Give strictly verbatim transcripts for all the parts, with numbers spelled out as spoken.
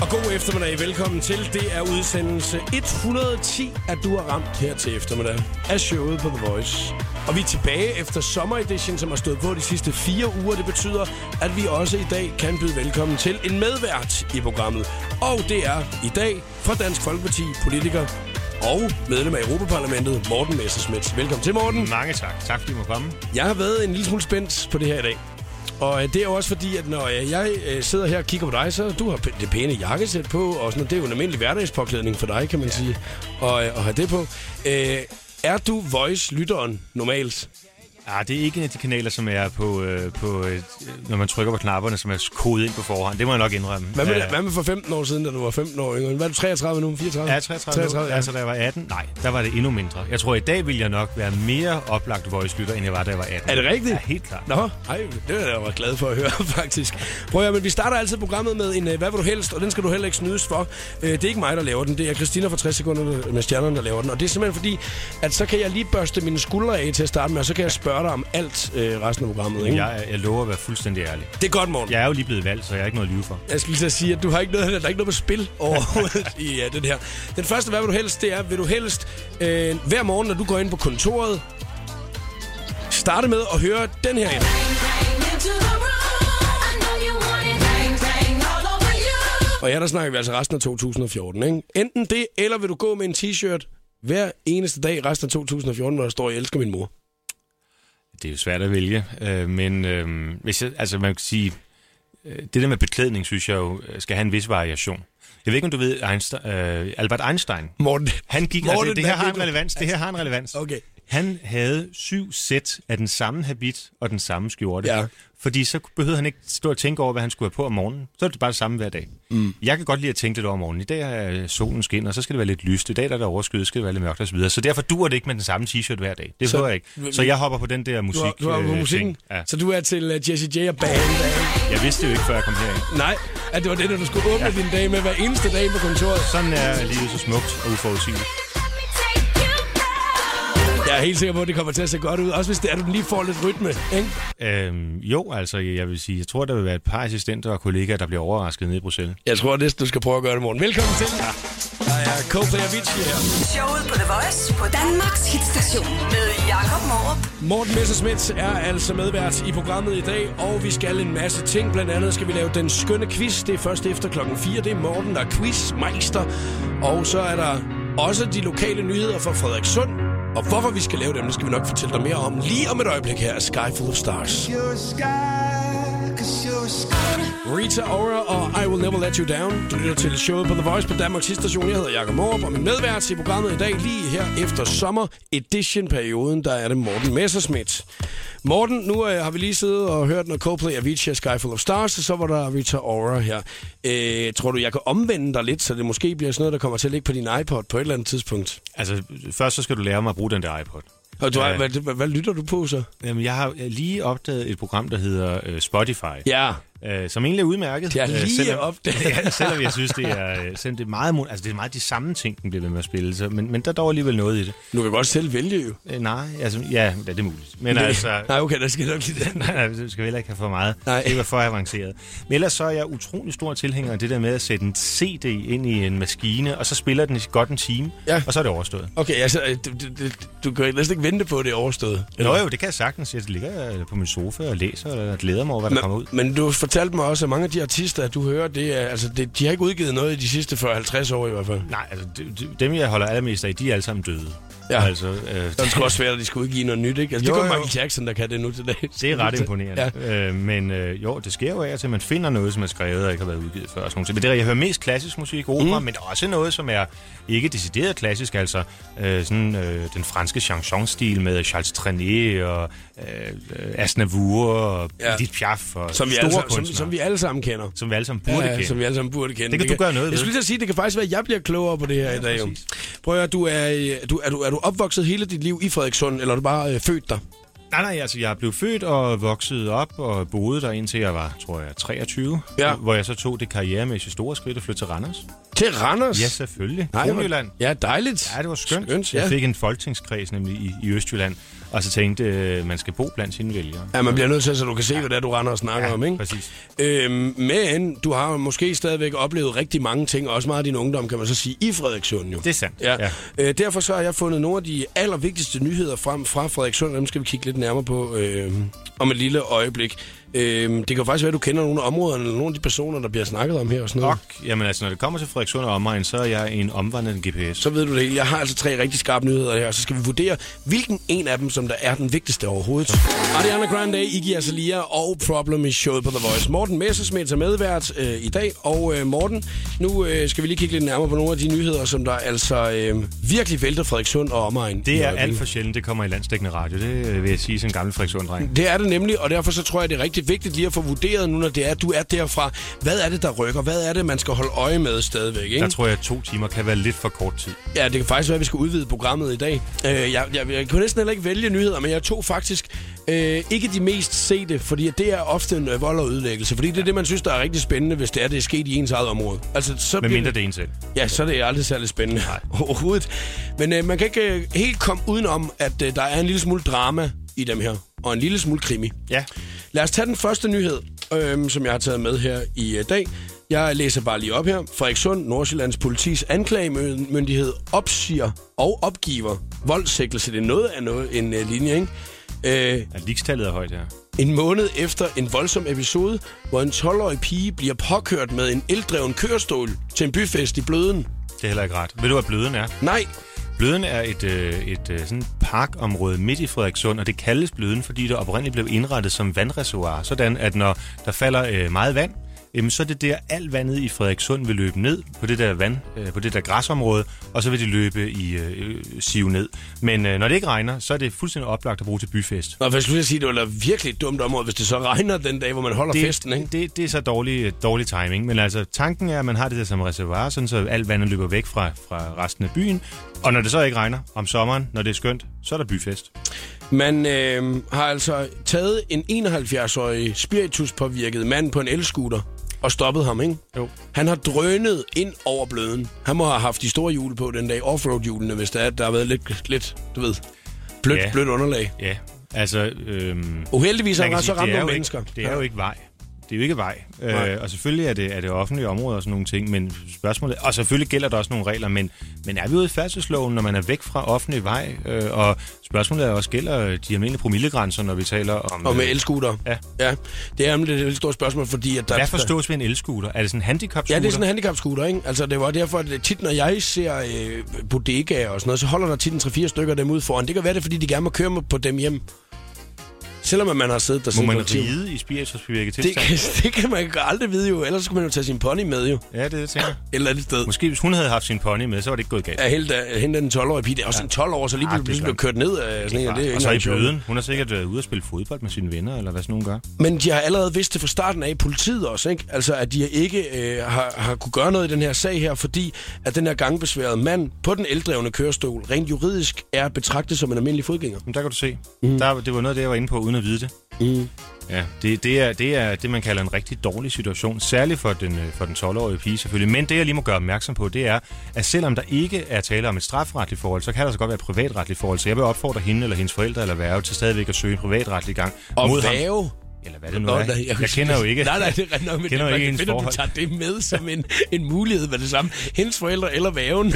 god eftermiddag. Velkommen til. Det er udsendelse et hundrede og ti, at du har ramt her til eftermiddag af showet på The Voice. Og vi er tilbage efter sommeredition, som har stået på de sidste fire uger. Det betyder, at vi også i dag kan byde velkommen til en medvært i programmet. Og det er i dag fra Dansk Folkeparti politiker og medlem af Europaparlamentet, Morten Messerschmidt. Velkommen til, Morten. Mange tak. Tak fordi du må komme. Jeg har været en lille smule spændt på det her i dag. Og det er jo også fordi, at når jeg sidder her og kigger på dig, så du har det pæne jakkesæt på, og sådan, det er jo en almindelig hverdagspåklædning for dig, kan man ja. sige, og, at have det på. Øh, er du Voice-lytteren normalt? Ja, det er ikke en af de kanaler, som er på, øh, på øh, når man trykker på knapperne, som er kodet ind på forhånd. Det må jeg nok indrømme. Hvad med, ja. hvad med for femten år siden, da du var femten år yngre? Hvad er du, treogtredive nu? fireogtredive? Ja, treogtredive, treogtredive ja. Altså, da jeg var atten, nej, der var det endnu mindre. Jeg tror, i dag vil jeg nok være mere oplagt Voice-lytter, end jeg var, da jeg var atten. Er det rigtigt? Ja, helt klart. Nå, ej, det er jeg var glad for at høre, faktisk. Prøv at men vi starter altid programmet med en, hvad vil du helst, og den skal du heller ikke snydes for. Det er ikke mig, der laver den. Det er Christina fra tres sekunder med stjernerne, der laver den. Og det er simpelthen fordi, at så kan jeg lige børste mine skuldre af til at starte med, og så kan jeg spørge dig om alt øh, resten af programmet, ikke? Jeg, jeg lover at være fuldstændig ærlig. Det er godt, Morten. Jeg er jo lige blevet valgt, så jeg har ikke noget at lyve for. Jeg skal lige sige, at du har ikke noget, der er ikke noget på spil overhovedet i ja, den her. Den første, hvad vil du helst, det er, vil du helst øh, hver morgen, når du går ind på kontoret, starte med at høre den her ind. Og ja, der snakker vi altså resten af to tusind og fjorten, ikke? Enten det, eller vil du gå med en t-shirt hver eneste dag resten af to tusind og fjorten, hvor der står, jeg elsker min mor. Det er jo svært at vælge, øh, men øh, hvis jeg, altså man kan sige, øh, det der med beklædning, synes jeg jo, skal have en vis variation. Jeg ved ikke, om du ved, Einstein, øh, Albert Einstein. Morten. Han gik, Morten, altså, det her har en relevans. Det her har en relevans. Okay. Han havde syv sæt af den samme habit og den samme skjorte. Ja. Fordi så behøvede han ikke stå og tænke over, hvad han skulle have på om morgenen. Så er det bare det samme hver dag. Mm. Jeg kan godt lide at tænke lidt over morgenen. I dag er solen skin, og så skal det være lidt lyst. I dag der er der overskyet, skal det være lidt mørkt og så videre. Så derfor duer det ikke med den samme t-shirt hver dag. Det får jeg ikke. Så jeg hopper på den der musik. Du har, du har på musikken? Ja. Så du er til uh, Jessie J og Band. Jeg vidste det jo ikke, før jeg kom herind. Nej, at det var det, når du skulle åbne ja. din dag med hver eneste dag på kontoret. Sådan er livet så smukt og uforudsigeligt. Jeg er helt sikker på, at det kommer til at se godt ud. Også hvis det er, at du lige får lidt rytme, ikke? Øhm, jo, altså, jeg vil sige, jeg tror, der vil være et par assistenter og kollegaer, der bliver overrasket nede i Bruxelles. Jeg tror, det du skal prøve at gøre det, Morten. Velkommen til. Ja. Der er Coldplay Avicii her. Showet på The Voice på Danmarks hitstation med Jakob Morup. Morten Messerschmidt er altså medvært i programmet i dag, og vi skal en masse ting. Blandt andet skal vi lave den skønne quiz. Det er først efter klokken fire. Det er Morten, der er quizmeister. Og så er der også de lokale nyheder fra Frederikssund. Og hvorfor vi skal lave dem, det skal vi nok fortælle dig mere om lige om et øjeblik her af Sky Full of Stars. Rita Ora og I Will Never Let You Down. Du lytter til showet på The Voice på Danmarks hitstation. Jeg hedder Jakob Morup, og min medvært i programmet i dag, lige her efter sommer edition-perioden, der er det Morten Messerschmidt. Morten, nu øh, har vi lige siddet og hørt noget Coldplay, Avicii og Sky Full of Stars, og så var der Rita Ora her. Øh, tror du, jeg kan omvende dig lidt, så det måske bliver sådan noget, der kommer til at ligge på din iPod på et eller andet tidspunkt? Altså, først så skal du lære mig at bruge den der iPod. Og du har, hvad, hvad, hvad lytter du på så? Jamen, jeg har lige opdaget et program, der hedder uh, Spotify. Ja. Uh, som egentlig er udmærket. Det er lige uh, selvom, opdaget. ja, selvom jeg synes, det er, selvom det er meget, altså det er meget de samme ting, den bliver ved med at spille. Så, men, men der er dog alligevel noget i det. Du kan godt selv vælge jo. Uh, nej, altså, ja, det er muligt. Men det, altså, nej, okay, der skal nok lige det. Nej, nej, det skal heller ikke have for meget. Nej. Det var for avanceret. Men ellers så er jeg utrolig stor tilhænger af det der med at sætte en C D ind i en maskine, og så spiller den i godt en time, ja. og så er det overstået. Okay, altså, du, du, du kan næsten ikke vente på, at det er overstået. Nå jo, det kan jeg sagtens. Jeg ligger på min sofa og læser, og glæder mig over, hvad men, der kommer ud. Men du fortalte mig også, at mange af de artister, du hører, det er, altså, det, de har ikke udgivet noget i de sidste fyrre til halvtreds år i hvert fald. Nej, altså, de, de, dem jeg holder allermest af, de er alle sammen døde. Ja, altså, øh, det er sgu også svært, at de skulle udgive noget nyt, ikke? Altså, jo, det går jo. Michael Jackson, der kan det nu til dag. Det er ret imponerende. Ja. Øh, men øh, jo, det sker jo af, at man finder noget, som er skrevet og ikke har været udgivet før. Og sådan noget. Men det er, jeg hører mest klassisk musik, opera, mm. men også noget, som er ikke decideret klassisk, altså øh, sådan øh, den franske chanson-stil med Charles Trenet og øh, Aznavour og ja. Edith Piaf og som vi, store alle, kunstnere. som, som vi alle sammen kender. Som vi alle sammen burde ja, kende. Som vi alle sammen burde kende. Det kan det du gøre noget jeg ved. Jeg skulle lige sige, det kan faktisk være, at jeg bliver klogere på det her ja, i dag. Præcis. Prøv at du er, du, er, du, er du opvokset hele dit liv i Frederikssund, eller er du bare øh, født der? Nej, nej, altså jeg blev født og vokset op og boede der indtil jeg var, tror jeg, treogtyve. Ja. Hvor jeg så tog det karrieremæssigt store skridt og flyttede til Randers. Til Randers? Ja, selvfølgelig. Nej, Nordjylland. Ja, dejligt. Ja, det var skønt. skønt ja. Jeg fik en folketingskreds nemlig i, i Østjylland, og så tænkte øh, man skal bo blandt sine vælgere. Ja, man bliver nødt til, så du kan se, ja. hvad det er, du render og snakker ja, om, ikke? præcis. Øhm, men du har måske stadigvæk oplevet rigtig mange ting, også meget af din ungdom, kan man så sige, i Frederikssund jo. Det er sandt, ja. ja. Øh, derfor så har jeg fundet nogle af de allervigtigste nyheder frem fra Frederikssund, dem skal vi kigge lidt nærmere på øh, om et lille øjeblik. Øh, det kan faktisk være, at du kender nogle af områderne, eller nogle af de personer, der bliver snakket om her og sådan noget. Nok. Jamen altså, når det kommer til Frederikssund og omegn, så er jeg en omvandrende G P S. Så ved du det hele. Jeg har altså tre rigtig skarpe nyheder her, og så skal vi vurdere, hvilken en af dem, som der er den vigtigste overhovedet. Ariana Grande, Iggy Azalea og Problem i showet på The Voice. Morten Messerschmidt er medvært øh, i dag, og øh, Morten, nu øh, skal vi lige kigge lidt nærmere på nogle af de nyheder, som der altså øh, virkelig vælter Frederikssund og omegn. Det er alt for sjældent, det kommer i landsdækkende radio. Det vil jeg sige som en gammel Frederikssund-dreng. Det er det nemlig, og derfor så tror jeg, det er rigtig vigtigt lige at få vurderet nu, når det er, du er derfra. Hvad er det, der rykker? Hvad er det, man skal holde øje med stadigvæk? Ikke? Der tror jeg, at to timer kan være lidt for kort tid. Ja, det kan faktisk være, at vi skal udvide programmet i dag. Øh, jeg, jeg, jeg kunne næsten heller ikke vælge nyheder, men jeg tog faktisk øh, ikke de mest sete, fordi det er ofte en øh, vold og ødelæggelse. Fordi det er det, man synes, der er rigtig spændende, hvis det er, det er sket i ens eget område. Altså, så Men mindre det en selv. Ja, så er det aldrig særlig spændende. Nej. Overhovedet. Men øh, man kan ikke øh, helt komme udenom, at øh, der er en lille smule drama i dem her. Og en lille smule krimi. Ja. Lad os tage den første nyhed, øh, som jeg har taget med her i øh, dag. Jeg læser bare lige op her. Frederikssund, Nordsjællands politis anklagemyndighed opsiger og opgiver voldssigtelse. Det er noget af noget, en øh, linje, ikke? Øh, ja, ligestallet er højt her. En måned efter en voldsom episode, hvor en tolv-årig pige bliver påkørt med en eldreven kørestol til en byfest i Bløden. Det er heller ikke ret. Ved du, hvad Bløden er? Nej. Bløden er et, øh, et øh, sådan parkområde midt i Frederikssund, og det kaldes Bløden, fordi det oprindeligt blev indrettet som vandreservoir. Sådan at når der falder øh, meget vand, øh, så er det der alt vandet i Frederikssund vil løbe ned på det der vand, øh, på det der græsområde, og så vil det løbe i øh, sive ned. Men øh, når det ikke regner, så er det fuldstændig oplagt at bruge til byfest. Nå, hvis du vil sige, det var virkelig et dumt område, hvis det så regner den dag, hvor man holder det, festen, ikke? Det, det er så dårlig, dårlig timing, men altså tanken er, at man har det der som reservoir, sådan så alt vandet løber væk fra, fra resten af byen. Og når det så ikke regner om sommeren, når det er skønt, så er der byfest. Man øh, har altså taget en enoghalvfjerds-årig spirituspåvirket mand på en elscooter og stoppet ham, ikke? Jo. Han har drønet ind over Bløden. Han må have haft de store hjul på den dag, offroad-hjulene, hvis der, er, der har været lidt, lidt du ved, blødt, ja. blødt underlag. Ja, altså... Øhm, Uheldigvis har han så ramt nogle ikke, mennesker. Det er jo ikke vej. Det er jo ikke vej. Øh, og selvfølgelig er det, er det offentlige områder og sådan nogle ting, men spørgsmålet... Og selvfølgelig gælder der også nogle regler, men, men er vi ude i færdselsloven, når man er væk fra offentlig vej? Øh, og spørgsmålet er også, gælder de almindelige promillegrænser, når vi taler om... Og med elscooter. Ja. ja. Det er nemlig et stort spørgsmål, fordi... At der Hvad forstås ved en elscooter? Er det sådan en handicap-scooter? Ja, det er sådan en handicap-scooter, ikke? Altså, det var derfor, at tit, når jeg ser øh, bodegaer og sådan noget, så holder der tit en tre fire stykker dem ud foran. Det kan være det, fordi de gerne må køre på dem hjem. Selvom man har siddet der siden. Må man ride i spirituspåvirket tilstand? Det, det kan man aldrig vide jo. Ellers skulle man jo tage sin pony med jo. Ja, det er det, tænker jeg. Et eller andet sted. Måske hvis hun havde haft sin pony med, så var det ikke gået galt. Ja, hende den tolv-årige pige. Det er også ja. en tolv år, så lige pludselig ah, blev kørt ned af sådan en. Det er og så i Bløden. Hun har sikkert været ude at spille fodbold med sine venner, eller hvad sådan nogen gør. Men de har allerede vidst det fra starten af, politiet også, ikke? Altså, at de ikke øh, har, har kunne gøre noget i den her sag her, fordi at den her gangbesværede mand på den eldrevne kørestol rent juridisk er betragtet som en almindelig fodgænger. Men der kan du se. Mm. Der, det var noget, det jeg var inde på, uden at vide det. Mm. Ja, det, det, er, det er det, man kalder en rigtig dårlig situation, særligt for den, for den tolv-årige pige selvfølgelig. Men det, jeg lige må gøre opmærksom på, det er, at selvom der ikke er tale om et strafretligt forhold, så kan der så godt være et privatretligt forhold. Så jeg vil opfordre hende eller hendes forældre eller værge til stadigvæk at søge en privatretlig gang. Og mod værge? Ham. Eller hvad det nu er. Jeg, jeg kender jo ikke. Nej, nej, det er rent nok, men kender det, jo ikke man hendes finder, forhold. Du tager det med som en, en mulighed med det samme. Hendes forældre eller værgen.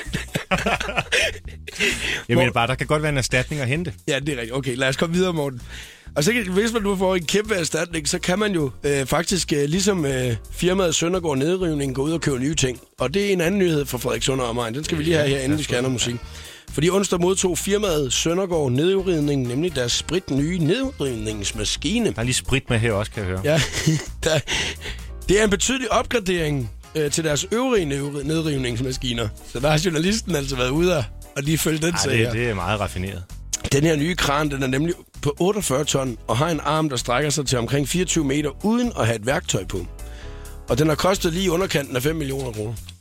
Jeg mener bare, der kan godt være en erstatning at hente. Ja, det er rigtigt. Okay, lad os komme videre, Morten. Og så hvis man nu får en kæmpe erstatning, så kan man jo øh, faktisk, øh, ligesom øh, firmaet Søndergaard Nedrivning, gå ud og købe nye ting. Og det er en anden nyhed for Frederikssund og omegn. Den skal vi lige have her, inden vi skal have noget musik. Fordi onsdag modtog firmaet Søndergaard Nedrivning, nemlig deres sprit nye nedrivningsmaskine. Der er lige sprit med her også, kan jeg høre. Ja, der, det er en betydelig opgradering øh, til deres øvrige nedrivningsmaskiner. Så der har journalisten altså været ude og lige følge den sag. Det, det er meget raffineret. Den her nye kran, den er nemlig på otteogfyrre ton og har en arm, der strækker sig til omkring fireogtyve meter, uden at have et værktøj på. Og den har kostet lige underkanten af fem millioner kroner.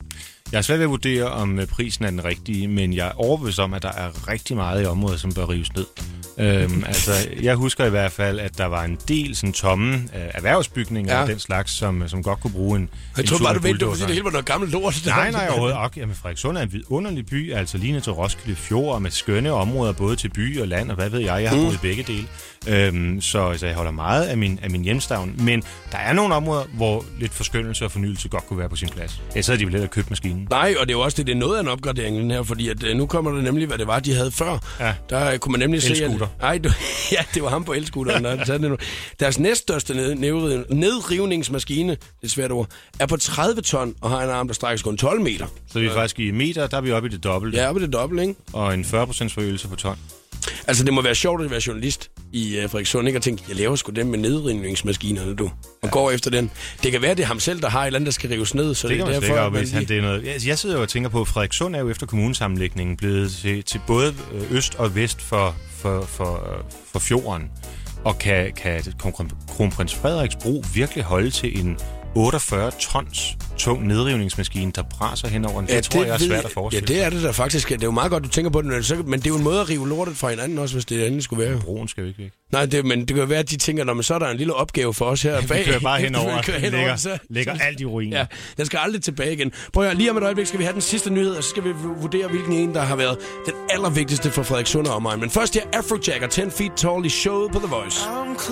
Jeg er svært ved at vurdere, om prisen er den rigtige, men jeg er overbevist om, at der er rigtig meget i området, som bør rives ned. øhm, altså, jeg husker i hvert fald, at der var en del sådan tomme øh, erhvervsbygninger ja. og den slags, som, som godt kunne bruge en Jeg tror bare, du vendte, fordi det hele var noget gammelt lort. Nej, nej, overhovedet. Og, jamen, Frederikssund er en vidunderlig by, altså lige ned til Roskilde Fjord, med skønne områder, både til by og land, og hvad ved jeg, jeg har boet mm. i begge dele. Øhm, så, så jeg holder meget af min, af min hjemstavn, men der er nogle områder, hvor lidt forskyndelse og fornyelse godt kunne være på sin plads. Ellers havde de vel hellere købt maskinen. Nej, og det er jo også det, det er noget af en opgradering, den her, fordi at, nu kommer det nemlig, hvad det var, de havde før. Ja. Der kunne man nemlig se... At, nej, ja, det var ham på elscooteren, der havde det nu. Deres næststørste ned, nedrivningsmaskine, det er svært ord, er på tredive ton og har en arm, der strækkes kun tolv meter. Så vi er faktisk i meter, der er vi oppe i det dobbelte. Ja, oppe i det dobbelte, ikke? Og en fyrre procent forøgelse på ton. Altså, det må være sjovt at være journalist i uh, Frederikssund, ikke? Og tænke, jeg laver sgu dem med nedrivningsmaskinerne, du. Og ja. går efter den. Det kan være, det er ham selv, der har et eller andet, der skal rives ned. Så det, det kan man derfor, hvis han, det er noget. Jeg, jeg sidder jo og tænker på, at Frederikssund er jo efter kommunesammenlægningen blevet til, til både øst og vest for, for, for, for fjorden. Og kan, kan Kronprins Frederiks Bro virkelig holde til en otteogfyrre tons tung nedrivningsmaskine, der braser henover den? Ja, det, det tror jeg er svært at forestille. Ja, det er det der faktisk. Det er jo meget godt, du tænker på det, men det er jo en måde at rive lortet fra hinanden også, hvis det endelig skulle være. Broen skal jo ikke væk. Nej, det, men det kan jo være, at de tænker, når man så er der en lille opgave for os her bag. Vi kører bare henover. Vi kører henover, lægger, så, lægger alt i ruiner. Ja, den skal aldrig tilbage igen. Prøv at lige om et øjeblik skal vi have den sidste nyhed, og så skal vi vurdere, hvilken en, der har været den allervigtigste for Frederikssund og omegn. Men først her Afrojack og ten feet tall i showet på The Voice.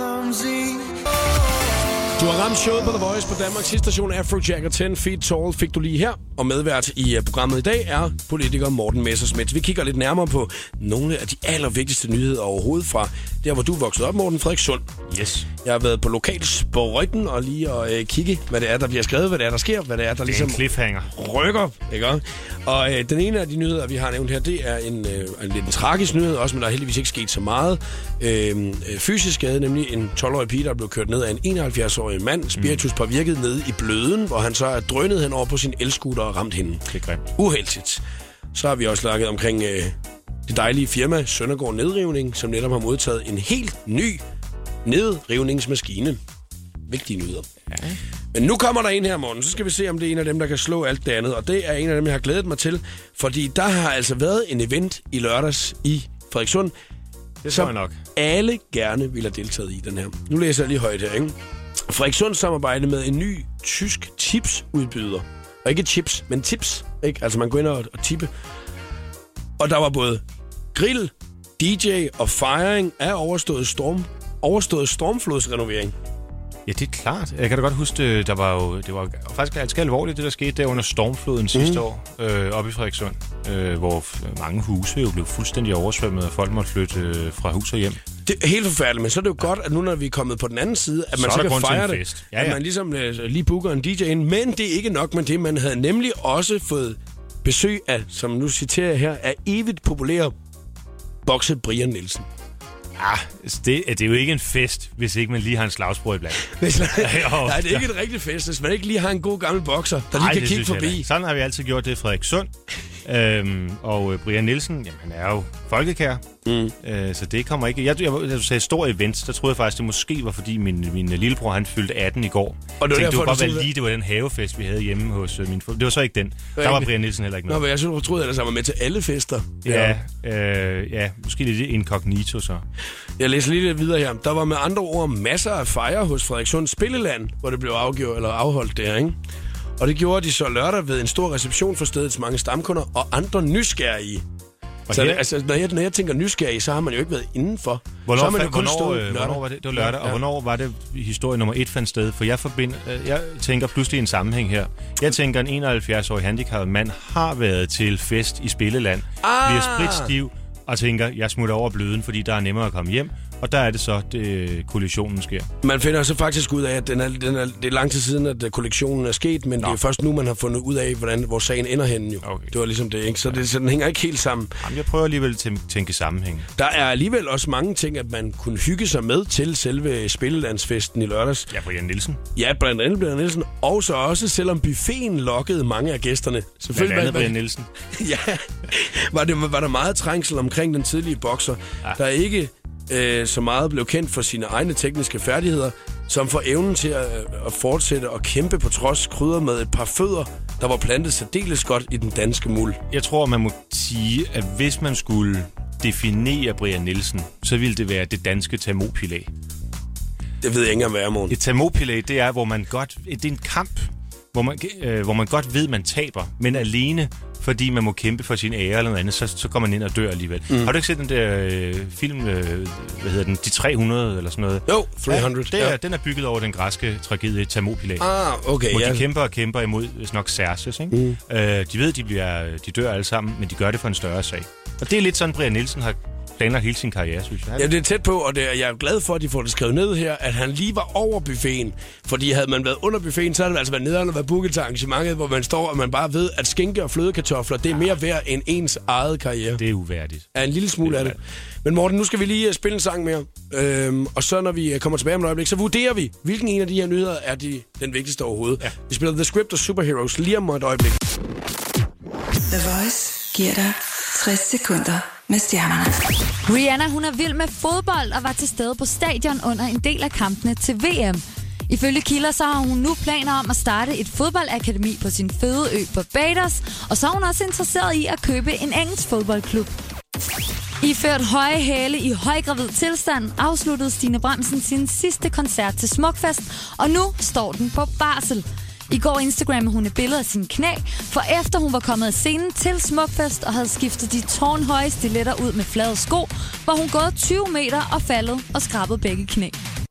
Du har ramt showet på The Voice på Danmarks station. Afrojack og ten feet tall fik du lige her. Og medvært i programmet i dag er politiker Morten Messerschmidt. Vi kigger lidt nærmere på nogle af de allervigtigste nyheder overhovedet fra der, hvor du er vokset op, Morten, Frederikssund. Yes. Jeg har været på lokalsprøjten og lige at øh, kigge, hvad det er, der bliver skrevet, hvad det er, der sker, hvad det er, der det er ligesom en cliffhanger. Rykker, ikke? Og øh, den ene af de nyheder, vi har nævnt her, det er en, øh, en lidt en tragisk nyhed også, men der er heldigvis ikke sket så meget. Øh, fysisk skade, nemlig en tolv-årig pige, der blev kørt ned af en enoghalvfjerds-årig mand, spiritus påvirket ned i bløden, hvor han så er drønet hen over på sin elscooter og ramt hende. Det er grimt. Uheldigt. Så har vi også snakket omkring øh, det dejlige firma Søndergaard Nedrivning, som netop har modtaget en helt ny nedrivningsmaskine. Vigtige nyheder. Ja. Men nu kommer der en her, Morten. Så skal vi se, om det er en af dem, der kan slå alt det andet. Og det er en af dem, jeg har glædet mig til. Fordi der har altså været en event i lørdags i Frederikssund, det som nok. alle gerne ville have deltaget i den her. Nu læser jeg lige højt her, ikke? Frederikssund samarbejde med en ny tysk tipsudbyder. Og ikke chips, men tips. Ikke? Altså man går ind og, og tippe. Og der var både grill, D J og fejring af overstået, storm, overstået stormflodsrenovering. Ja, det er klart. Jeg kan da godt huske, der var jo, det var faktisk ganske alvorligt, det der skete der under stormfloden sidste mm. år øh, oppe i Frederikssund, øh, hvor mange huse jo blev fuldstændig oversvømmet, og folk måtte flytte øh, fra hus og hjem. Det er helt forfærdeligt, men så er det jo godt, at nu når vi er kommet på den anden side, at man så, så kan fejre det, ja, ja. At man ligesom øh, lige booker en D J ind. Men det er ikke nok med det. Man havde nemlig også fået besøg af, som nu citerer jeg her, af evigt populære bokse Brian Nielsen. Ah, det, det er jo ikke en fest, hvis ikke man lige har en slagsbror iblandt. Nej, det er ikke en rigtig fest, hvis man ikke lige har en god gammel bokser, der lige Ej, kan kigge forbi. Sådan har vi altid gjort det i Frederikssund. øhm, og Brian Nielsen, jamen, han er jo folkekær, mm. øh, så det kommer ikke... Jeg, jeg, jeg sagde stor event, der troede jeg faktisk, det måske var, fordi min, min lillebror, han fyldte atten i går. Og det var, det var godt være lige, det var den havefest, vi havde hjemme hos uh, min far. Det var så ikke den. Der var, var Brian Nielsen heller ikke noget. Nå, men jeg synes, jeg troede, at han var med til alle fester. Ja, øh, ja måske lidt inkognito så. Jeg læser lige lidt videre her. Der var med andre ord masser af fejre hos Frederikssund Spilleland, hvor det blev afgjort, eller afholdt der, ikke? Og det gjorde de så lørdag ved en stor reception for stedets mange stamkunder og andre nysgerrige. Så det, altså, når, jeg, når jeg tænker nysgerrige, så har man jo ikke været indenfor. Hvornår, så har man jo kun hvornår, øh, hvornår var det? Det var lørdag, ja, ja. Og hvornår var det historie nummer et fandt sted? For jeg, forbind, øh, jeg tænker pludselig en sammenhæng her. Jeg tænker, en enoghalvfjerds-årig handicappet mand har været til fest i Spilleland, ah. bliver spritstiv og tænker, jeg smutter over bløden, fordi der er nemmere at komme hjem. Og der er det så, at kollisionen sker. Man finder så faktisk ud af, at den er, den er, det er lang tid siden, at kollisionen er sket, men Nå. det er først nu, man har fundet ud af, hvordan hvor sagen ender henne. Jo. Okay. Det var ligesom det, ikke? Så, det, så den hænger ikke helt sammen. Jamen, jeg prøver alligevel at tænke sammenhæng. Der er alligevel også mange ting, at man kunne hygge sig med til selve Spillelandsfesten i lørdags. Ja, Brian Nielsen. Ja, blandt andet Brian Nielsen. Og så også, selvom buffeten lokkede mange af gæsterne. Selvfølgelig blandt andet Brian Nielsen. Ja, var, det, var der meget trængsel omkring den tidlige bokser. Ja. Der er ikke... Øh, så meget blev kendt for sine egne tekniske færdigheder, som får evnen til at, at fortsætte og kæmpe på trods, krydder med et par fødder, der var plantet særdeles godt i den danske muld. Jeg tror, man må sige, at hvis man skulle definere Brian Nielsen, så ville det være det danske Thermopylæ. Det ved jeg ikke engang, hvad er, morgen. Et Thermopylæ, det er, hvor man godt... Det er en kamp, hvor man, øh, hvor man godt ved, at man taber, men alene fordi man må kæmpe for sin ære eller noget andet, så, så går man ind og dør alligevel. Mm. Har du ikke set den der øh, film, øh, hvad hedder den, De tre hundrede eller sådan noget? Jo, tre hundrede. Ja, det er, ja. Den er bygget over den græske tragedie Thermopylæ. Ah, okay, hvor ja. de kæmper og kæmper imod, hvis nok Xerxes, ikke? Mm. Øh, de ved, de, bliver, de dør alle sammen, men de gør det for en større sag. Og det er lidt sådan, Brian Nielsen har planlagt hele sin karriere, synes jeg. Ja, det er tæt på, og det er, jeg er glad for, at de får det skrevet ned her, at han lige var over buffeten. Fordi havde man været under buffeten, så havde det altså været nederen og været booket til arrangementet, hvor man står, og man bare ved, at skinke og flødekartofler, det er mere værd end ens eget karriere. Det er uværdigt. Ja, en lille smule det af det. Men Morten, nu skal vi lige spille en sang mere. Øhm, og så når vi kommer tilbage om et øjeblik, så vurderer vi, hvilken en af de her nyheder er de, den vigtigste overhovedet. Ja. Vi spiller The Script og Superheroes lige om et øjeblik. The Voice giver dig tres sekunder med stjernerne. Rihanna, hun er vild med fodbold og var til stede på stadion under en del af kampene til V M. Ifølge kilder så har hun nu planer om at starte et fodboldakademi på sin fødeø Barbados, og så er hun også interesseret i at købe en engelsk fodboldklub. Iført høje hæle i højgravid tilstand afsluttede Stine Bramsen sin sidste koncert til Smukfest, og nu står den på barsel. I går Instagrammede hun et billede af sin knæ, for efter hun var kommet af scenen til Smukfest og havde skiftet de tårnhøje stiletter ud med flade sko, var hun gået tyve meter og faldet og skrabet begge knæ.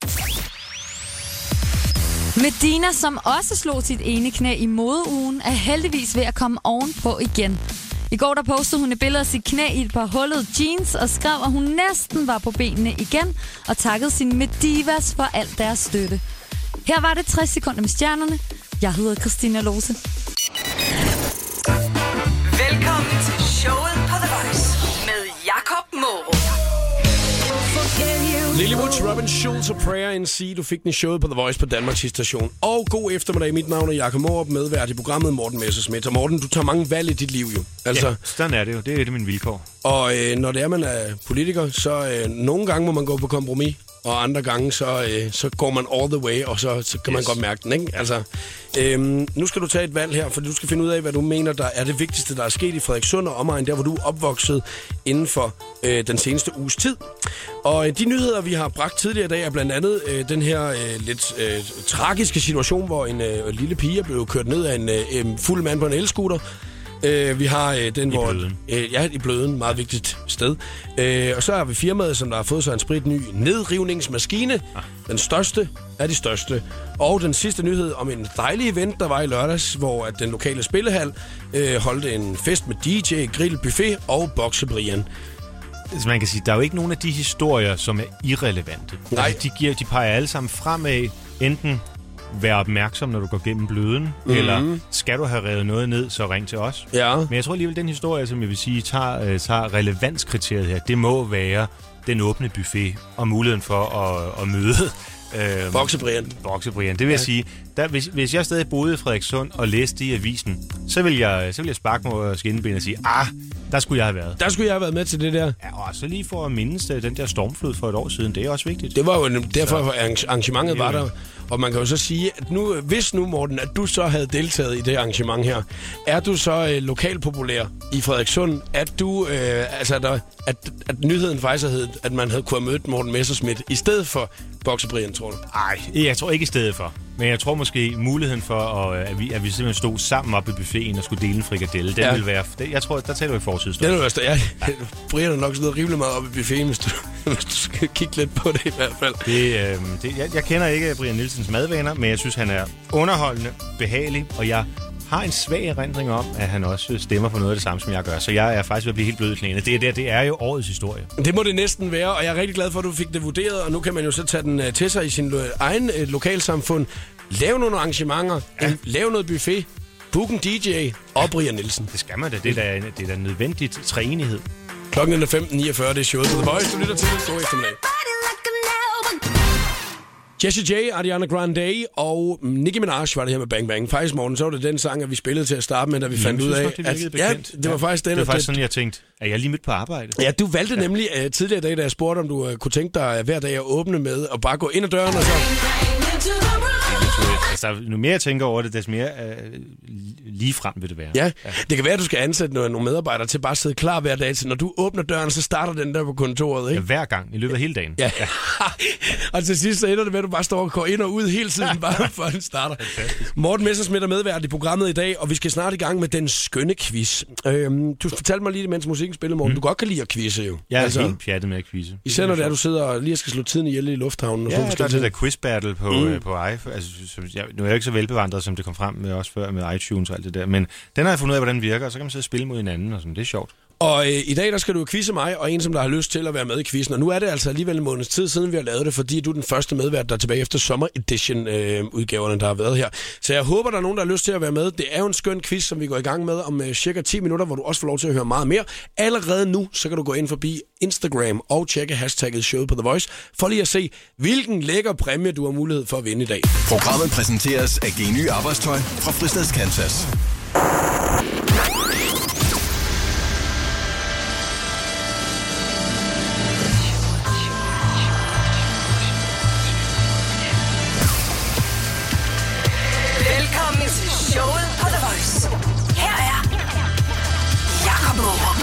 Medina, som også slog sit ene knæ i modeugen, er heldigvis ved at komme ovenpå igen. I går der postede hun et billede af sit knæ i et par hullede jeans og skrev, at hun næsten var på benene igen og takkede sine Medivas for al deres støtte. Her var det tres sekunder med stjernerne. Jeg hedder Christina Lose. Velkommen til showet på The Voice med Jakob Morup. Lillywoods, Robin Schulz og Prayer in Sea. Du fik den i showet på The Voice på Danmarks station. Og god eftermiddag. Mit navn er Jakob Morup, medvært i programmet Morten Messerschmidt. Og Morten, du tager mange valg i dit liv jo. Altså, ja, sådan er det jo. Det er et af mine vilkår. Og øh, når det er, man er politiker, så øh, nogle gange må man gå på kompromis. Og andre gange, så, øh, så går man all the way, og så, så kan man yes. godt mærke den, ikke? Altså, øhm, nu skal du tage et valg her, for du skal finde ud af, hvad du mener, der er det vigtigste, der er sket i Frederikssund og omegn, der hvor du er opvokset inden for øh, den seneste uges tid. Og øh, de nyheder, vi har bragt tidligere i dag, er blandt andet øh, den her øh, lidt øh, tragiske situation, hvor en øh, lille pige blev kørt ned af en øh, fuld mand på en elscooter. Uh, vi har uh, den, I hvor... Bløden. Uh, ja, i Bløden. Meget vigtigt sted. Uh, og så har vi firmaet, som der har fået sig en spritny nedrivningsmaskine. Ah. Den største af de største. Og den sidste nyhed om en dejlig event, der var i lørdags, hvor at den lokale spillehal uh, holdt en fest med D J, grill, buffet og boksebrian. Så man kan sige, der er jo ikke nogen af de historier, som er irrelevante. Nej. Altså, de, giver, de peger alle sammen fremad, enten vær opmærksom, når du går gennem Bløden, mm-hmm. eller skal du have revet noget ned, så ring til os. Ja. Men jeg tror alligevel, den historie, som jeg vil sige, tager, uh, tager relevanskriteriet her, det må være den åbne buffet og muligheden for at, at møde øh, Boksebrian. Boksebrian. Det vil ja. jeg sige, der, hvis, hvis jeg stadig boede i Frederikssund og læste i avisen, så vil jeg, så vil jeg sparke mig over skinnebenet og sige, ah, der skulle jeg have været. Der skulle jeg have været med til det der. Ja, og så lige for at mindes den der stormflod for et år siden, det er også vigtigt. Det var jo derfor, at arrangementet var der. Og man kan jo så sige, at nu, hvis nu, Morten, at du så havde deltaget i det arrangement her, er du så øh, lokalpopulær i Frederikssund, at du, øh, altså, der, at, at nyheden faktisk havde, at man havde kunne have mødt Morten Messerschmidt i stedet for Boksebrian, tror du? Nej, jeg tror ikke i stedet for. Men jeg tror måske muligheden for, at, at, vi, at vi simpelthen stod sammen op i buffeten og skulle dele en frikadelle, den ja. vil være... Det, jeg tror, der taler vi i forsidsstund. Det er jo ja, ja. Brian har nok sådan rimelig meget op i buffeten, hvis du, hvis du skal kigge lidt på det i hvert fald. Det, øh, det, jeg, jeg kender ikke Brian Nielsens madvaner, men jeg synes, han er underholdende, behagelig, og jeg har en svag erindring om, at han også stemmer for noget af det samme, som jeg gør. Så jeg er faktisk ved at blive helt blød i knæene. Det, det, det er jo årets historie. Det må det næsten være, og jeg er rigtig glad for, at du fik det vurderet, og nu kan man jo så tage den uh, til sig i sin uh, egen uh, lokalsamfund. Lav nogle arrangementer, ja. lav noget buffet, book en D J og Brian Nielsen. Det skal man da. Det er da, det er da nødvendigt træenighed. Klokken er femten niogfyrre, det er showet på The Voice. Du lytter til det. God eftermiddag. Jessie J, Ariana Grande og Nicki Minaj var det her med Bang Bang. Faktisk, Morten, så var det den sang, at vi spillede til at starte med, da vi fandt ud af, det at ja, det var faktisk den. Det var faktisk sådan, jeg tænkte, er jeg lige midt på arbejde? Ja, du valgte ja. nemlig uh, tidligere i dag, da jeg spurgte, om du uh, kunne tænke dig uh, hver dag at åbne med og bare gå ind ad døren og så... Altså, nu mere jeg tænker over det, des mere øh, lige frem vil det være. Ja, ja, det kan være, at du skal ansætte nogle, nogle medarbejdere til bare at sidde klar hver dag. Så når du åbner døren, så starter den der på kontoret, ikke? Ja, hver gang, i løbet af hele dagen. Ja, ja. Og til sidst så ender det med, at du bare står og går ind og ud hele tiden, bare før den starter. Morten Messerschmidt er medvært i programmet i dag, og vi skal snart i gang med den skønne quiz. Øhm, du fortalte mig lige, mens musikken spillede, Morten. Mm. Du godt kan lide at quizze, jo. Jeg er altså, helt pjattet med at quizze. Især når det er, du sidder og lige skal slå tiden ihjel i lufthavnen. Og ja, så der er det der quiz battle på, mm. øh, på iPhone. Altså, jeg, nu er jeg ikke så velbevandret, som det kom frem med også før med iTunes og alt det der. Men den har jeg fundet ud af, hvordan den virker, og så kan man sidde og spille mod hinanden, og sådan. Det er sjovt. Og øh, i dag, der skal du quizze mig, og en, som der har lyst til at være med i quizzen. Og nu er det altså alligevel en måneds tid siden, vi har lavet det, fordi du er den første medvært, der er tilbage efter sommer-edition-udgaverne, øh, der har været her. Så jeg håber, der er nogen, der har lyst til at være med. Det er jo en skøn quiz, som vi går i gang med om øh, cirka ti minutter, hvor du også får lov til at høre meget mere. Allerede nu, så kan du gå ind forbi Instagram og tjekke hashtagget showet på The Voice, for lige at se, hvilken lækker præmie du har mulighed for at vinde i dag. Programmet præsenteres af Geny Arbejdstøj fra Fristads Kansas. Velkommen til showet på The Voice. Her er Jakob Morup.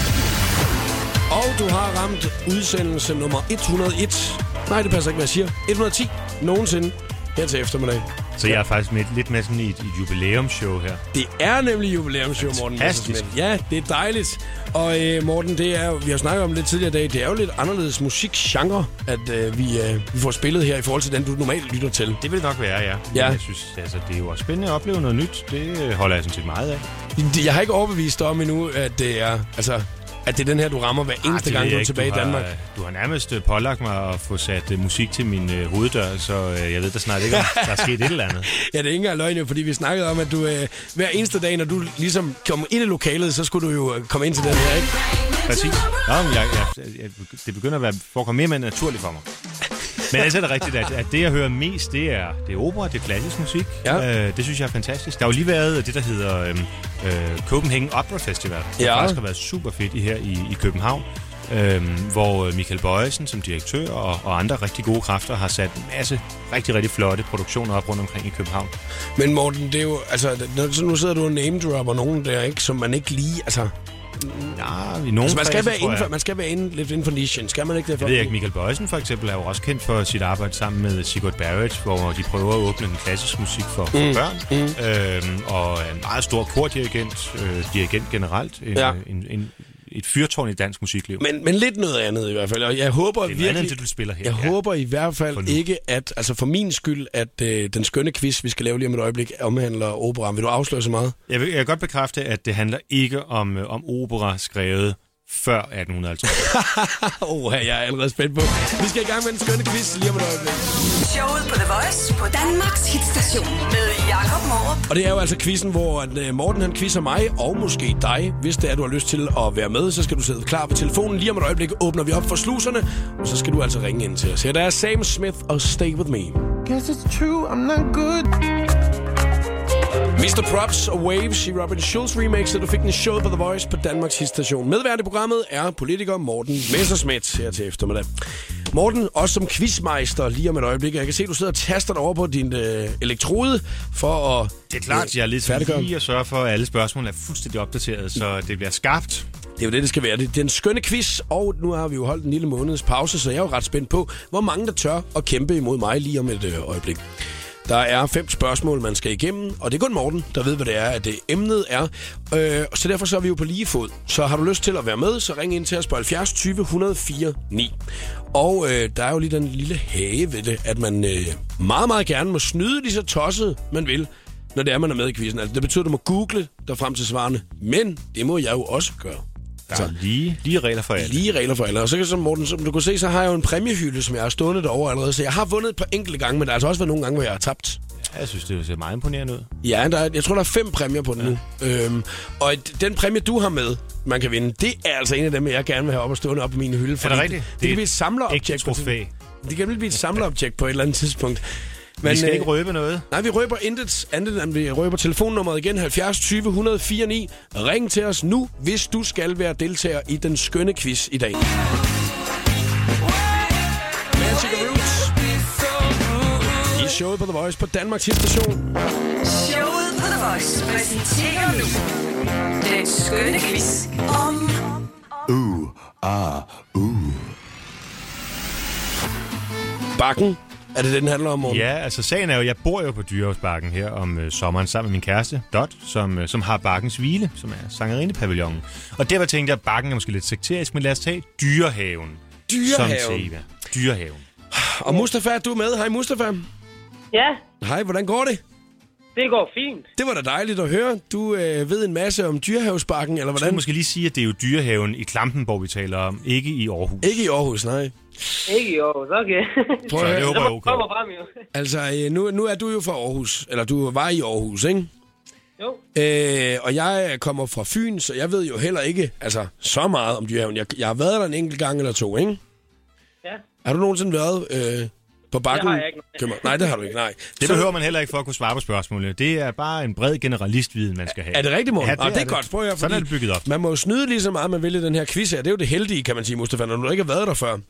Og du har ramt udsendelse nummer et hundrede og et. Nej, det passer ikke, hvad jeg siger. et hundrede og ti nogensinde her til eftermiddag. Så jeg er faktisk med, lidt med sådan i et, et jubilæumsshow her. Det er nemlig jubilæumsshow, Morten Messerschmidt. Ja, det er dejligt. Og øh, Morten, det er, vi har snakket om lidt tidligere i dag, det er jo lidt anderledes musikgenre, at øh, vi, øh, vi får spillet her i forhold til den, du normalt lytter til. Det vil det nok være, ja. Men ja. Jeg synes, altså, det er jo også spændende at opleve noget nyt. Det holder jeg sådan set meget af. Jeg har ikke overbevist dig om endnu, at det er... Altså, at det er den her, du rammer hver eneste Arh, gang, du er ikke. tilbage du i Danmark. Har, du har nærmest pålagt mig at få sat uh, musik til min uh, hoveddør, så uh, jeg ved da snart ikke, om der er sket et eller andet. Ja, det er ikke engang løgn, fordi vi snakkede om, at du uh, hver eneste dag, når du ligesom kom ind i lokalet, så skulle du jo uh, komme ind til den her, ikke? Præcis. Nå, men jeg, jeg, jeg, det begynder at være, forekomme mere og mere naturligt for mig. Men altså er det rigtigt, at, at det, jeg hører mest, det er, det er opera, det er klassisk musik. Ja. Øh, det synes jeg er fantastisk. Der har jo lige været det, der hedder øh, øh, Copenhagen Opera Festival. Det ja. faktisk har været super fedt i her i, i København. Øh, hvor Michael Bojesen som direktør og, og andre rigtig gode kræfter har sat en masse rigtig, rigtig flotte produktioner op rundt omkring i København. Men Morten, det er jo, altså, nu sidder du og name-dropper nogen der, ikke, som man ikke lige, altså... Ja, i nogen altså, man, skal fase, være inden for, man skal være inden, lidt inden for nichen. Skal man ikke det? For? Jeg ved ikke, Michael Bojesen for eksempel er jo også kendt for sit arbejde sammen med Sigurd Barrett, hvor de prøver at åbne den klassiske musik for, for mm. børn. Mm. Øhm, og en meget stor kordirigent, øh, dirigent generelt. En, ja. en, en, et fyrtårn i dansk musikliv. Men, men lidt noget andet i hvert fald. Og jeg håber det er virkelig, andet, det, du spiller her. Jeg ja. håber i hvert fald ikke, at, altså for min skyld, at øh, den skønne quiz, vi skal lave lige om et øjeblik, omhandler opera. Vil du afsløre så meget? Jeg vil, jeg vil godt bekræfte, at det handler ikke om, øh, om opera skrevet før atten halvtreds. Åh, oh, jeg er allerede spændt på. Vi skal i gang med den skønne quiz lige om et øjeblik. Showet på The Voice på Danmarks hitstation med Jakob Morup. Og det er jo altså quizzen, hvor Morten han quizzer mig, og måske dig. Hvis det er, du har lyst til at være med, så skal du sidde klar ved telefonen. Lige om et øjeblik åbner vi op for sluserne, og så skal du altså ringe ind til os. Her der er Sam Smith og Stay With Me. Guess it's true, I'm not good. mister Props og Waves i Robin Schulz remix, så du fik den show på The Voice på Danmarks hitstation. Medvært i programmet er politiker Morten Messerschmidt her til eftermiddag. Morten, også som quizmeister lige om et øjeblik. Jeg kan se, at du sidder og taster dig over på din øh, elektrode for at... Det er klart, øh, jeg er lidt lige at sørge for, at alle spørgsmål er fuldstændig opdateret, så det bliver skarpt. Det er jo det, det skal være. Det er en skønne quiz, og nu har vi jo holdt en lille måneds pause, så jeg er jo ret spændt på, hvor mange der tør at kæmpe imod mig lige om et øh, øjeblik. Der er fem spørgsmål, man skal igennem, og det er kun Morten, der ved, hvad det er, at det emnet er. Øh, så derfor så er vi jo på lige fod. Så har du lyst til at være med, så ring ind til os på halvfjerds tyve et hundrede fire ni. Og øh, der er jo lige den lille hage ved det, at man øh, meget, meget gerne må snyde lige så tosset, man vil, når det er, man er med i quizzen. Altså, det betyder, at du må google dig frem til svarene, men det må jeg jo også gøre. Der er lige, lige regler for alle. Lige regler for alle. Og så kan som Morten, som du kunne se, så har jeg jo en præmiehylde, som jeg har stående derovre allerede. Så jeg har vundet et par enkelte gange, men der har altså også været nogle gange, hvor jeg har tabt. Ja, jeg synes, det ser meget imponerende ud. Ja, der er, jeg tror, der er fem præmier på den ja. nu. Øhm, og den præmie, du har med, man kan vinde, det er altså en af dem, jeg gerne vil have op og stående op på mine hylde. Er det rigtigt? Det, det kan blive et samlerobjekt. Det kan blive et samlerobjekt på et eller andet tidspunkt. Men, vi skal øh, ikke røbe noget. Nej, vi røber intet andet, end vi røber telefonnummeret igen, halvfjerds tyve et hundrede fire ni. Ring til os nu, hvis du skal være deltager i den skønne quiz i dag. Magic Roots i showet på The Voice på Danmarks hitstation. Showet på The Voice præsenterer nu den skønne quiz om... Uh, ah, uh. Bakken. Er det det, den handler om, Morten? Ja, altså sagen er jo, jeg bor jo på Dyrehavsbakken her om øh, sommeren sammen med min kæreste, Dot, som, øh, som har Bakkens Hvile, som er sangerindepavillonen. Og derfor tænkte jeg, at Bakken er måske lidt sekterisk, men lad os tage Dyrehaven. Dyrehaven. Som tema. Dyrehaven. Og Mustafa, du er med. Hej, Mustafa. Ja, Hej, hvordan går det? det går fint. Det var da dejligt at høre. Du øh, ved en masse om Dyrehavsbakken, eller Jeg skal hvordan? måske lige sige, at det er jo Dyrehaven i Klampenborg, vi taler om, ikke i Aarhus. Ikke i Aarhus, nej. Ikke i år, okay. Prøv Så at det høre. håber jeg er okay. Kommer frem jo. Altså, øh, nu, nu er du jo fra Aarhus. Eller du var i Aarhus, ikke? Jo. Øh, og jeg kommer fra Fyn, så jeg ved jo heller ikke altså, så meget om Dyrehaven. Jeg, jeg har været der en enkelt gang eller to, ikke? Ja. Har du nogensinde været øh, på Bakken? Det har jeg ikke. København? Nej, det har du ikke, nej. Det Så- behøver man heller ikke for at kunne svare på spørgsmålet. Det er bare en bred generalistviden, man skal have. Er det rigtigt, Morten? Ja, det, det er godt. Prøv at høre, Sådan er det bygget op. Man må jo snyde lige så meget, man vil i den her quiz her. Det er jo det heldige, kan man sige, Mustafa, når du ikke har været der før.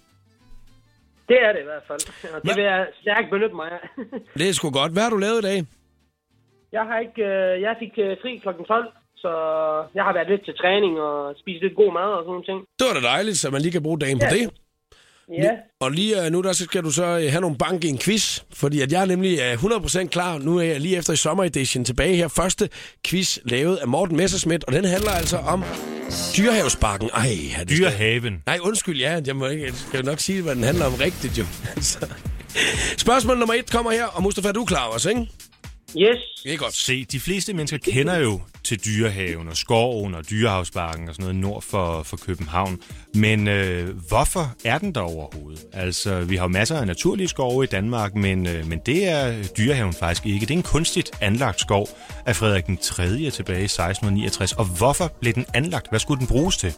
Det er det i hvert fald. Og det vil jeg stærkt benytte mig af. Det er sgu godt. Hvad har du lavet i dag? Jeg har ikke... Øh, jeg fik øh, fri klokken tolv, så jeg har været lidt til træning og spist lidt god mad og sådan nogle ting. Det var da dejligt, så man lige kan bruge dagen på Ja. det. Ja. Og lige øh, nu der så skal du så øh, have nogle bank i en quiz, fordi at jeg er nemlig øh, hundrede procent klar. Nu er jeg lige efter i sommeredition tilbage her. Første quiz lavet af Morten Messerschmidt, og den handler altså om Dyrehavsbakken. Ej, er det Dyrehaven. Nej, undskyld, ja. Jeg, må ikke, jeg skal jo nok sige, hvad den handler om rigtigt, jo. Altså. Spørgsmål nummer et kommer her, og Mustafa, du er klar også, ikke? Yes. Det er godt. Se, de fleste mennesker kender jo til Dyrehaven og Skoven og Dyrehavsbakken og sådan noget nord for, for København. Men øh, hvorfor er den der overhovedet? Altså, vi har jo masser af naturlige skove i Danmark, men, øh, men det er Dyrehaven faktisk ikke. Det er en kunstigt anlagt skov af Frederik den tredje tilbage i seksten niogtres. Og hvorfor blev den anlagt? Hvad skulle den bruges til?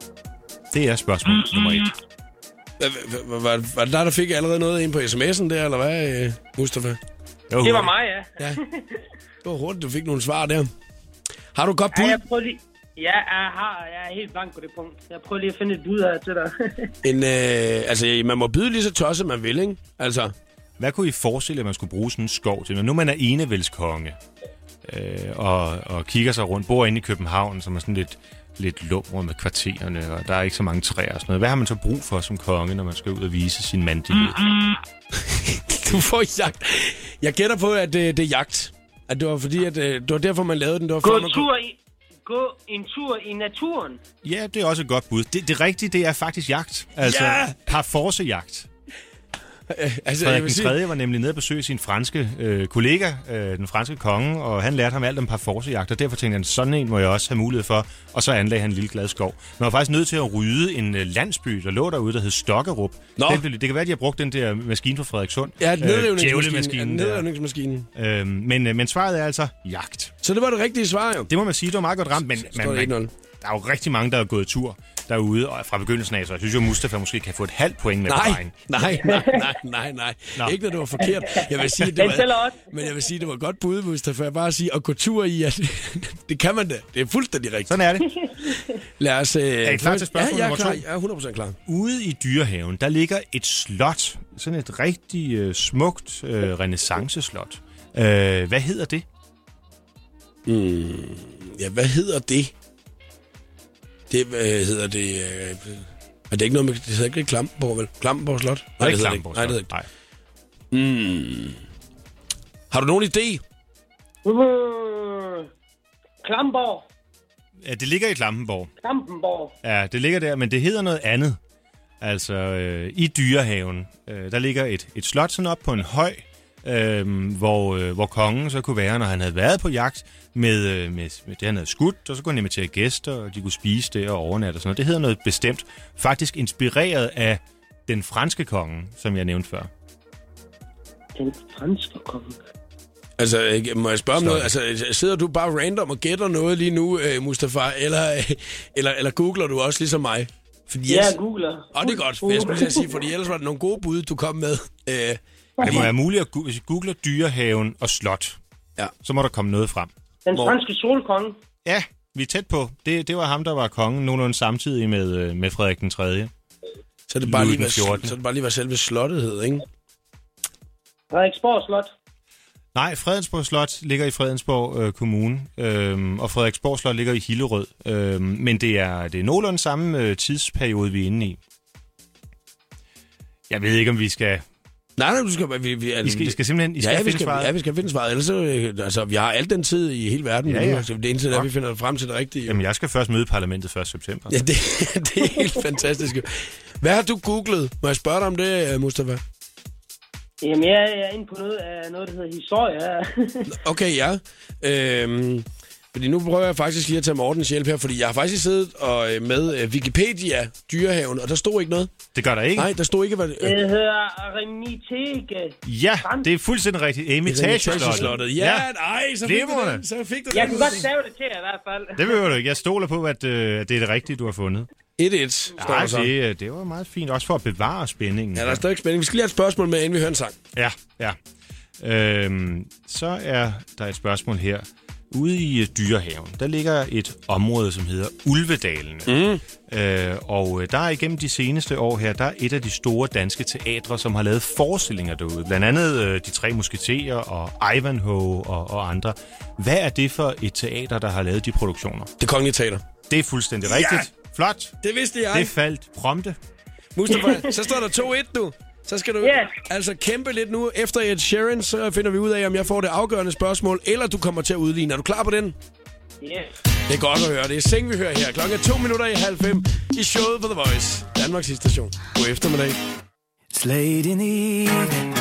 Det er spørgsmål nummer et. Var, var, var det dig, der fik allerede noget ind på sms'en der, eller hvad, øh, Mustafa? Jo, Det var mig, ja. Ja. Det var hurtigt, du fik nogle svar der. Har du et godt Ja, bud? jeg prøver lige... Ja, jeg, har, jeg er helt blank på det punkt. Jeg prøver lige at finde et bud her til dig. En, øh, altså, man må byde lige så tosset, man vil, ikke? Altså, Hvad kunne I forestille, at man skulle bruge sådan en skov til? Når nu man er enevældskonge øh, og, og kigger sig rundt, bor inde i København, som er sådan lidt, lidt lumret med kvartererne, og der er ikke så mange træer og sådan noget. Hvad har man så brug for som konge, når man skal ud og vise sin mandighed? du får jagt. Jeg gætter på, at det, det er jagt. At det var fordi, at øh, det var derfor, man lavede den. Det var Gå for, en tur i... Gå en tur i naturen. Ja, det er også et godt bud. Det, det rigtige, det er faktisk jagt. Altså, Ja! parforcejagt. Øh, altså, jeg Frederik vil den sige, tredje var nemlig nede at besøge sin franske øh, kollega, øh, den franske konge, og han lærte ham alt om parforcejagt, og derfor tænkte han, sådan en må jeg også have mulighed for, og så anlagde han en lille glad skov. Man var faktisk nødt til at rydde en øh, landsby, der lå derude, der hed Stokkerup. Nå. Den, blev- det kan være, at de har brugt den der maskine fra Frederikssund. ja, nedrivningsmaskinen. djævlemaskinen Ja, der. nedrivningsmaskinen. Øhm, men, øh, men svaret er altså jagt. Så det var det rigtige svar, jo. Det må man sige, det var meget godt ramt, men man, Står det man, et nul. der er jo rigtig mange, der er gået tur derude og fra begyndelsen af, så jeg synes jo, Mustafa måske kan få et halvt point med på Nej, vejen. nej, nej, nej, nej, nej. Nå. Ikke, når det var forkert. Jeg vil sige, det Den tæller var, også. men jeg vil sige, det var godt bud, Mustafa. Bare at sige, at gå tur i, at det kan man da. Det er fuldstændig rigtigt. Sådan er det. Lad os... Øh, Er I klar til spørgsmål ja, jeg er nummer klar. to? Jeg er hundrede procent klar. Ude i Dyrehaven, der ligger et slot. Sådan et rigtig øh, smukt øh, renaissanceslot. Øh, hvad hedder det? Ja, hvad hedder det? Det hvad hedder det... Øh, er det ikke noget med... Det hedder ikke Klampenborg, vel? Klampenborg Slot? Nej, det hedder det ikke. Nej, det hedder det ikke. Nej. Har du nogen idé? Uh, Klamborg. Ja, det ligger i Klampenborg. Klampenborg. Ja, det ligger der, men det hedder noget andet. Altså, øh, i Dyrehaven, øh, der ligger et, et slot sådan op på en høj, øh, hvor, øh, hvor kongen så kunne være, når han havde været på jagt med, øh, med, med det, han havde skudt, og så kunne han invitere gæster, og de kunne spise det og overnatte og sådan noget. Det hedder noget bestemt, faktisk inspireret af den franske konge, som jeg nævnte før. Den franske konge. Altså, øh, må jeg spørge om Slot. noget? Altså, sidder du bare random og gætter noget lige nu, øh, Mustafa? Eller, øh, eller, eller googler du også ligesom mig? Fordi Ja, yes. jeg googler. Og det er godt, for jeg skulle til at sige, fordi ellers var det nogle gode bud, du kom med. Øh, Det må være muligt, at gu- hvis I googler Dyrehaven og slot, Ja. så må der komme noget frem. Den Hvor- franske solkonge. Ja, vi er tæt på. Det, det var ham, der var kongen nogenlunde samtidig med, øh, med Frederik den tredje. så, er det bare Louis lige, den hvad, fjortende. så er det bare lige, hvad selve slottet hed, ikke? Frederiksborg Slot. Nej, Fredensborg Slot ligger i Fredensborg øh, Kommune, øh, og Frederiksborg Slot ligger i Hillerød. Øh, men det er, det er nogenlunde samme øh, tidsperiode, vi er inde i. Jeg ved ikke, om vi skal... Nej, nej, du skal... Vi, vi, I skal, I skal simpelthen I skal ja, finde vi skal, svaret. Ja, vi skal finde svaret. Ellers så, øh, altså, vi har al den tid i hele verden. Ja, ja. Altså, det eneste er, at vi finder frem til det rigtige. Jamen, jeg skal først møde parlamentet første september. Ja, det, det er helt fantastisk. Hvad har du googlet? Må jeg spørge dig om det, Mustafa? Jamen, jeg er inde på noget af noget, der hedder historie. Okay, ja. Øhm, fordi nu prøver jeg faktisk lige at tage Mortens hjælp her, fordi jeg har faktisk siddet og, øh, med øh, Wikipedia, Dyrehaven, og der stod ikke noget. Det gør der ikke? Nej, der stod ikke, hvad det... Det hedder Remitege. Ja, det er fuldstændig rigtigt. Emitageslottet. Ja, nej, så fik, du den, så fik du den. Jeg kunne godt stave det til i hvert fald. Det behøver du ikke. Jeg stoler på, at øh, det er det rigtige, du har fundet. et et står Ja, der så. det, det var meget fint, også for at bevare spændingen. Ja, der er stadig spænding. Vi skal lige have et spørgsmål med, inden vi hører en sang. Ja, ja. Øhm, så er der et spørgsmål her. Ude i Dyrehaven, der ligger et område, som hedder Ulvedalene. Mm. Øh, og der er igennem de seneste år her, der er et af de store danske teatre, som har lavet forestillinger derude. Blandt andet øh, De Tre Musketerer og Ivanhoe og, og andre. Hvad er det for et teater, der har lavet de produktioner? Det Kongelige Teater. Det er fuldstændig ja. rigtigt. Flot. Det vidste jeg. Det faldt prompte. Mustafa, så står der to et nu. Så skal du yeah. altså kæmpe lidt nu. Efter Ed Sheeran, så finder vi ud af, om jeg får det afgørende spørgsmål, eller du kommer til at udligne. Er du klar på den? Ja. Yeah. Det er godt at høre. Det er Sing, vi hører her. Klokken er to minutter i halv fem i showet på The Voice. Danmarks station. God eftermiddag. It's late in the evening.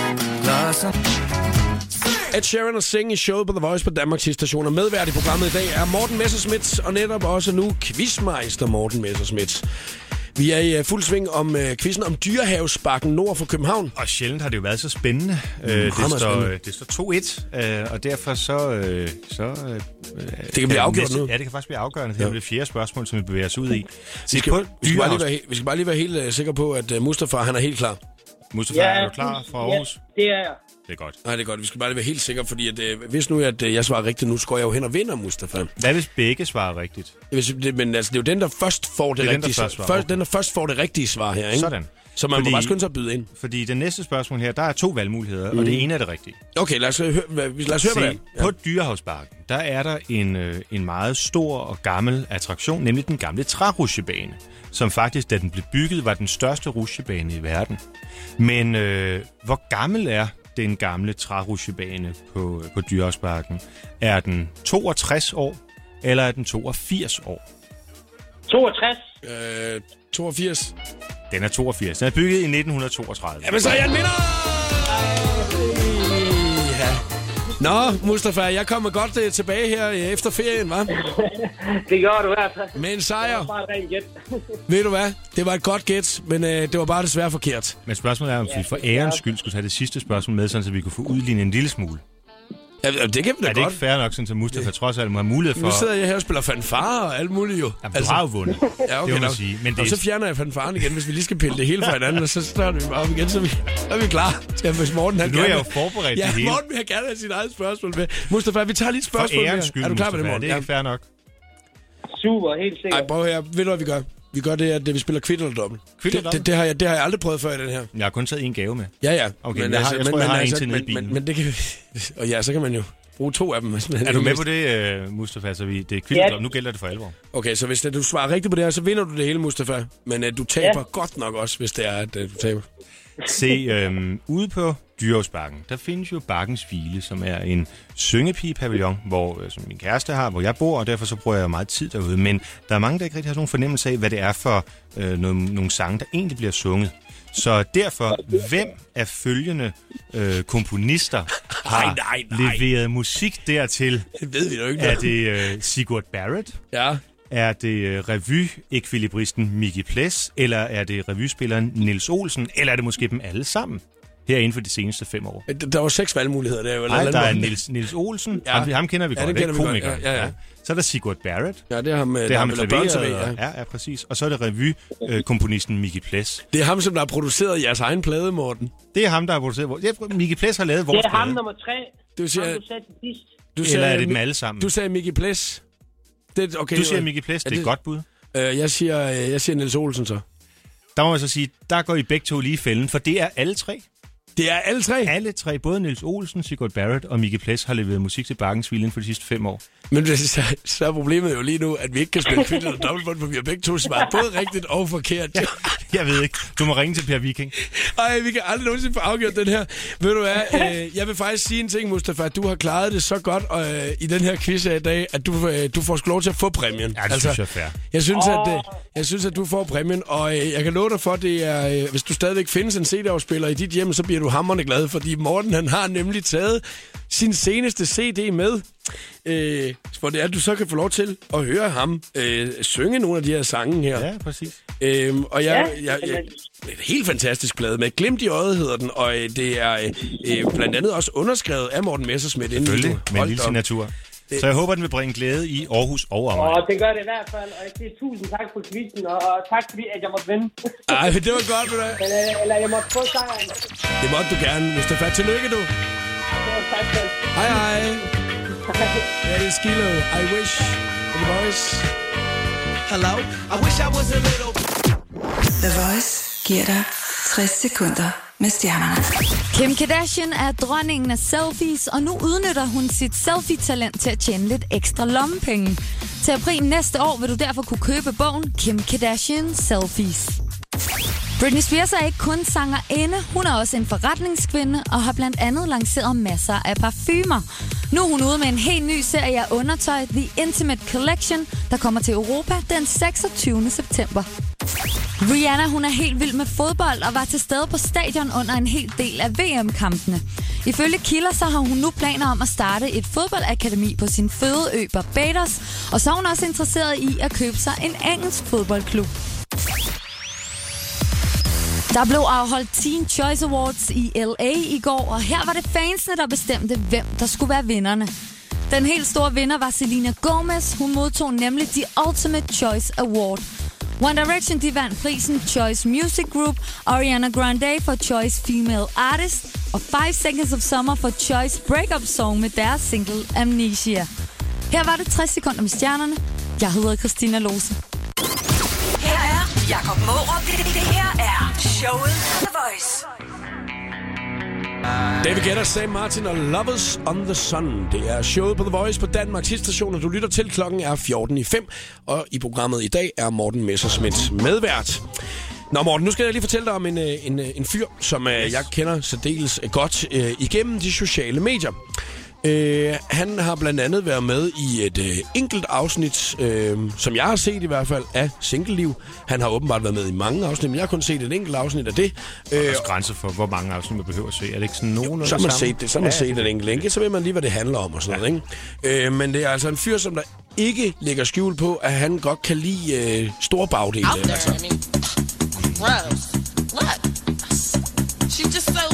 Ed Sheeran og Sing i showet på The Voice på Danmarks station. Og medvært i programmet i dag er Morten Messerschmidt, og netop også nu quizmeister Morten Messerschmidt. Vi er i fuld sving om uh, quizzen om Dyrehavsbakken nord for København. Og sjældent har det jo været så spændende. Mm, uh, det, står, spændende. det står to et, uh, og derfor så... Uh, så uh, det kan blive afgjort næste, nu. Ja, det kan faktisk blive afgørende. Det er det fjerde spørgsmål, som vi bevæger os ud i. Vi skal, på, vi, skal bare lige være, vi skal bare lige være helt uh, sikre på, at uh, Mustafa han er helt klar. Mustafa, ja, er du klar fra Aarhus? Ja, det er jeg. Det er godt. Nej, det er godt. Vi skal bare lige være helt sikre, fordi at, øh, hvis nu at, øh, jeg svarer rigtigt nu, så går jeg jo hen og vinder, Mustafa. Hvad hvis begge svarer rigtigt? Hvis, det, men altså, det er jo den, der først får det, det rigtige svar. Først, okay. Den, der først får det rigtige svar her, ikke? Sådan. Så man fordi, må bare skynde sig at byde ind. Fordi det næste spørgsmål her, der er to valgmuligheder, mm. og det ene er det rigtige. Okay, lad os høre, lad os høre hvad det er. Ja. På Dyrehavsbakken, der er der en, øh, en meget stor og gammel attraktion, nemlig den gamle trarusjebane, som faktisk, da den blev bygget, var den største rusjebane i verden. Men øh, hvor gammel er den gamle trarusjebane på, på Dyrehavsbakken? Er den toogtres år, eller er den toogfirs år? toogtres. Øh, toogfirs. Den er toogfirs. Den er bygget i nitten toogtredive. Jamen så er jeg en vinder! Ja. Nå, Mustafa, jeg kommer godt uh, tilbage her uh, efter ferien, hva'? Det gør du i hvert fald. Med en sejr. Det var bare et rent gæt. Ved du hvad? Det var et godt gæt, men uh, det var bare desværre forkert. Men spørgsmålet er, om vi for ærens skyld skulle tage det sidste spørgsmål med, sådan, så vi kunne få udlignet en lille smule. Ja, det kan vi da godt. Er det ikke fair nok, sådan, at Mustafa ja. trods alt må have mulighed for... Nu sidder jeg her og spiller fanfare og alt muligt jo. Jamen, altså, du har jo vundet. Ja, okay, det må man sige. Men det... Og så fjerner jeg fanfaren igen, hvis vi lige skal pille det hele fra hinanden, og så starter vi bare op igen, så, vi, så er vi klar til at hvis Morten... Nu er jeg jo forberedt ja, det hele. Ja, Morten vil have gerne have sit eget spørgsmål med. Mustafa, vi tager lige et spørgsmål for skyld, er du klar Mustafa, med det, Morten? Det er ikke fair nok. Super, helt sikkert. Ej, prøv her. Ved du, hvad vi gør? Vi gør det, at vi spiller kvitt eller dobbelt. Kvitt eller det, det, det, har jeg, det har jeg aldrig prøvet før i den her. Jeg har kun taget en gave med. Ja, ja. Okay, men jeg, har, jeg tror, men, jeg har altså, en til nede i bilen. Men, men det kan vi... Og ja, så kan man jo bruge to af dem. Er du med på det, uh, Mustafa? Så vi, det er kvitt eller dobbelt. Nu gælder det for alvor. Okay, så hvis det, du svarer rigtigt på det her, så vinder du det hele, Mustafa. Men uh, du taber ja. godt nok også, hvis det er, at uh, du taber. Se, øhm, ude på Dyrehavsbakken, der findes jo Bakkens Hvile, som er en syngepige-pavillon, hvor, øh, som min kæreste har, hvor jeg bor, og derfor så bruger jeg meget tid derude. Men der er mange, der ikke rigtig har nogen fornemmelse af, hvad det er for øh, nogle, nogle sange, der egentlig bliver sunget. Så derfor, hvem af følgende øh, komponister har nej, nej, nej. leveret musik dertil? Det ved vi jo ikke. Er det øh, Sigurd Barrett? Ja. Er det øh, revy-ekvilibristen Micke Pless? Eller er det revyspilleren Niels Olsen? Eller er det måske dem alle sammen? Her inden for de seneste fem år. Der var seks valgmuligheder. Der, Nej, der er Niels, Niels Olsen. Ja. Ham, ham kender vi ja, godt. Det er komikeren. Ja, ja, ja. Så er der Sigurd Barrett. Ja, det er ham, det er ham med klaveret. Ja. ja, ja, præcis. Og så er det revykomponisten Micke Pless. Det er ham, som der har produceret jeres egen plade, Morten. Det er ham, der har produceret. Ja, Micke Pless har lavet vores plade. Det er ham nummer tre. Du siger, ham, du sagde til sidst. Du Eller er det dem alle sammen? Du sagde Micke Pless. Det, okay, du siger Micke Pless. Det er et godt bud. Øh, jeg siger, jeg siger Niels Olsen så. Der må man så sige, der går I begge to lige i fælden, for det er alle tre. Det er alle tre? Alle tre. Både Niels Olsen, Sigurd Barrett og Micke Ples har leveret musik til Bakkens Vilde inden for de sidste fem år. Men så, så er problemet jo lige nu, at vi ikke kan spille kvinder og dobbeltbund, for vi har begge to svaret både rigtigt og forkert. Ja, jeg ved ikke. Du må ringe til Per Viking. Ej, vi kan aldrig nogensinde få afgjort den her. Ved du hvad, øh, jeg vil faktisk sige en ting, Mustafa. Du har klaret det så godt øh, i den her quiz af i dag, at du, øh, du får sgu lov til at få præmien. Ja, det altså, synes jeg er fair. Jeg synes, at, øh, jeg synes, at du får præmien, og øh, jeg kan love dig for, det er, øh, hvis du stadigvæk findes en C D-afspiller i dit hjem, så bliver du hamrende glad, fordi Morten, han har nemlig taget sin seneste C D med, øh, hvor det er, at du så kan få lov til at høre ham øh, synge nogle af de her sange her. Ja, præcis. Øhm, og jeg, Ja, jeg, jeg, jeg er helt fantastisk plade med Glimt i øjet hedder den, og øh, det er øh, blandt andet også underskrevet af Morten Messerschmidt. Selvfølgelig, med en lille signatur. Så jeg håber, den vil bringe glæde i Aarhus og omegn. Og det gør det i hvert fald, og jeg siger tusind tak for quizzen, og tak fordi, at jeg måtte vinde. Ej, det var godt, du da. Eller, eller jeg måtte få sejren. Det måtte du gerne, Mustafa. Tillykke, du. Tak for. Hej, hej. Det er Skilo. I wish. The Voice. Hello, I wish I was a little... The Voice giver dig tres sekunder med stjernerne. Kim Kardashian er dronningen af selfies, og nu udnytter hun sit selfie-talent til at tjene lidt ekstra lommepenge. Til april næste år vil du derfor kunne købe bogen Kim Kardashian Selfies. Britney Spears er ikke kun sangerinde, hun er også en forretningskvinde og har blandt andet lanceret masser af parfumer. Nu er hun ude med en helt ny serie af undertøj, The Intimate Collection, der kommer til Europa den seksogtyvende september. Rihanna, hun er helt vild med fodbold og var til stede på stadion under en hel del af V M-kampene. Ifølge kilder så har hun nu planer om at starte et fodboldakademi på sin fødeø Barbados, og så er hun også interesseret i at købe sig en engelsk fodboldklub. Der blev afholdt Teen Choice Awards i L A i går, og her var det fansene, der bestemte, hvem der skulle være vinderne. Den helt store vinder var Selena Gomez. Hun modtog nemlig The Ultimate Choice Award. One Direction de vandt prisen Choice Music Group, Ariana Grande for Choice Female Artist og Five Seconds of Summer for Choice Breakup Song med deres single Amnesia. Her var det tres sekunder med stjernerne. Jeg hedder Christina Lose. Her er Jakob Mårup. Det, det her er showet på The Voice. David Guetta, Sam Martin og Lovers on the Sun. Det er showet på The Voice på Danmarks hitstation, og du lytter til. Klokken er fjorten i fem, og i programmet i dag er Morten Messerschmidt medvært. Nå Morten, nu skal jeg lige fortælle dig om en, en, en fyr, som yes. jeg kender særdeles godt øh, igennem de sociale medier. Øh, han har blandt andet været med i et øh, enkelt afsnit, øh, som jeg har set i hvert fald, af Single-liv. Han har åbenbart været med i mange afsnit, men jeg har kun set et enkelt afsnit af det. Der er også grænser for, hvor mange afsnit man behøver at se. Er det ikke sådan nogen? Så har man set det, så har man ja, set et enkelt længe, så ved man lige, hvad det handler om og sådan ja. noget, ikke? Øh, men det er altså en fyr, som der ikke lægger skjul på, at han godt kan lide øh, store bagdele. Altså. I mean, gross. Look, she's just so.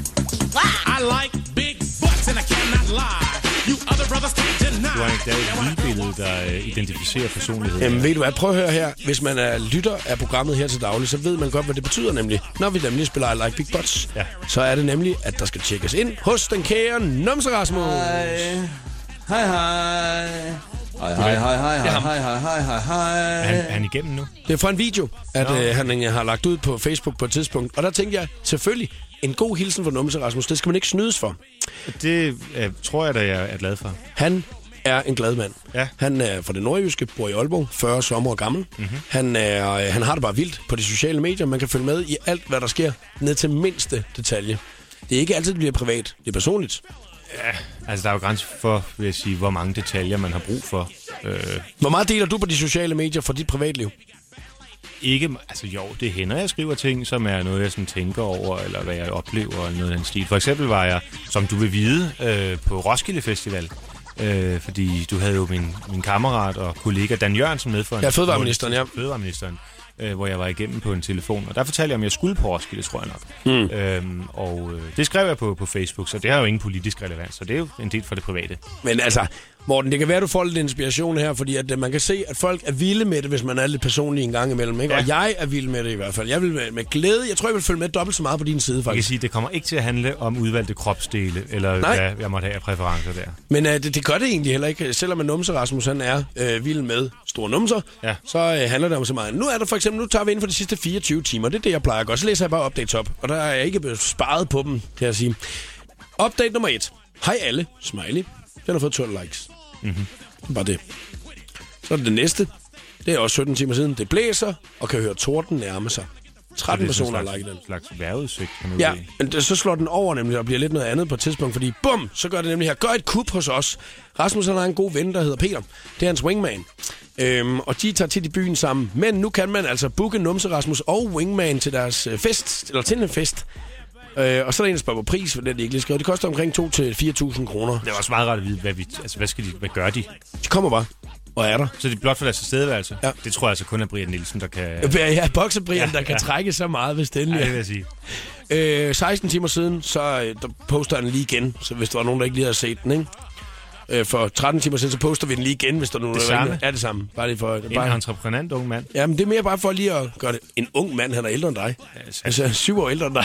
I like big butts and I cannot lie. You other brothers can't deny. Du har ikke et lydbillede, der identificerer personligheden. Jamen ved du hvad, prøv at høre her. Hvis man er lytter af programmet her til daglig, så ved man godt, hvad det betyder nemlig. Når vi nemlig spiller I Like Big Butts, ja. så er det nemlig, at der skal tjekkes ind hos den kære Numse Rasmus. Hej, hej, hej. Hej, hej, hej, hej, hej, hej, hej, hej, hej, hej. Er han, er han igennem nu? Det er fra en video, at øh, han har lagt ud på Facebook på et tidspunkt. Og der tænkte jeg, selvfølgelig, en god hilsen fra Numse Rasmus, det skal man ikke snydes for. Det øh, tror jeg da, jeg er glad for. Han er en glad mand. Ja. Han er fra det nordjyske, bor i Aalborg, fyrre sommer gammel. Mm-hmm. Han, er, han har det bare vildt på de sociale medier. Man kan følge med i alt, hvad der sker, ned til mindste detalje. Det er ikke altid, det bliver privat. Det er personligt. Ja, altså der er jo grænser for, vil jeg sige, hvor mange detaljer man har brug for. Øh... Hvor meget deler du på de sociale medier for dit privatliv? Ikke, altså jo, det hænder, jeg skriver ting, som er noget, jeg sådan tænker over, eller hvad jeg oplever, eller noget af den stil. For eksempel var jeg, som du vil vide, øh, på Roskilde Festival. Øh, fordi du havde jo min, min kammerat og kollega Dan Jørgensen med for en... Ja, fødevareministeren, ja. Fødevareministeren, øh, hvor jeg var igennem på en telefon. Og der fortalte jeg, om jeg skulle på Roskilde, tror jeg nok. Mm. Øhm, og øh, det skrev jeg på, på Facebook, så det har jo ingen politisk relevans, så det er jo en del for det private. Men altså, Morten, det kan være, du får lidt inspiration her, fordi at, man kan se, at folk er vilde med det, hvis man er lidt personlig en gang imellem. Ikke? Ja. Og jeg er vild med det i hvert fald. Jeg vil med, med glæde. Jeg tror, jeg vil følge med dobbelt så meget på din side, faktisk. Jeg kan sige, det kommer ikke til at handle om udvalgte kropsdele, eller Nej. hvad jeg måtte have af præferencer der. Men uh, det, det gør det egentlig heller ikke. Selvom Numse Rasmus han er uh, vild med store numser, ja. så uh, handler det om så meget. Nu er der for eksempel, nu tager vi ind for de sidste fireogtyve timer. Det er det, jeg plejer at gøre. Så læser jeg bare updates op, og der er jeg ikke sparet på dem, kan jeg sige. Update nummer et. Hej alle. Smiley. Den har fået tolv likes. Mm-hmm. Bare det. Så er det det næste. Det er også sytten timer siden. Det blæser, og kan høre torden nærme sig. tretten personer har liket den. Slags vejrudsigt, kan man Ja, men det, så slår den over nemlig, og bliver lidt noget andet på et tidspunkt, fordi bum, så gør det nemlig her. Gør et kup hos os. Rasmus han har en god ven, der hedder Peter. Det er hans wingman. Øhm, og de tager tit i byen sammen. Men nu kan man altså booke Numse Rasmus og wingman til deres øh, fest, eller til en fest. Øh, og så er der en, der spørger på pris, for det er de ikke lige skrevet. Det koster omkring to til fire tusind kroner. Det er også meget rart at vide, hvad, vi, altså, hvad, skal de, hvad gør de? De kommer bare og er der. Så det er blot for deres tilstedeværelse? Ja. Det tror jeg altså kun er Brian Nielsen, der kan... Ja, bokser-Brian, ja, der kan ja. trække så meget, hvis det endelig er. Ja, det vil jeg sige. Øh, seksten timer siden, så øh, der poster den lige igen, så hvis der var nogen, der ikke lige havde set den, ikke? Øh, for tretten timer siden, så poster vi den lige igen, hvis der er nogen, det der samme? Er det samme. Bare lige for, en bare... entreprenant ung mand. Jamen, det er mere bare for lige at gøre det. En ung mand, han er ældre end dig. Ja, altså, syv år ældre end dig.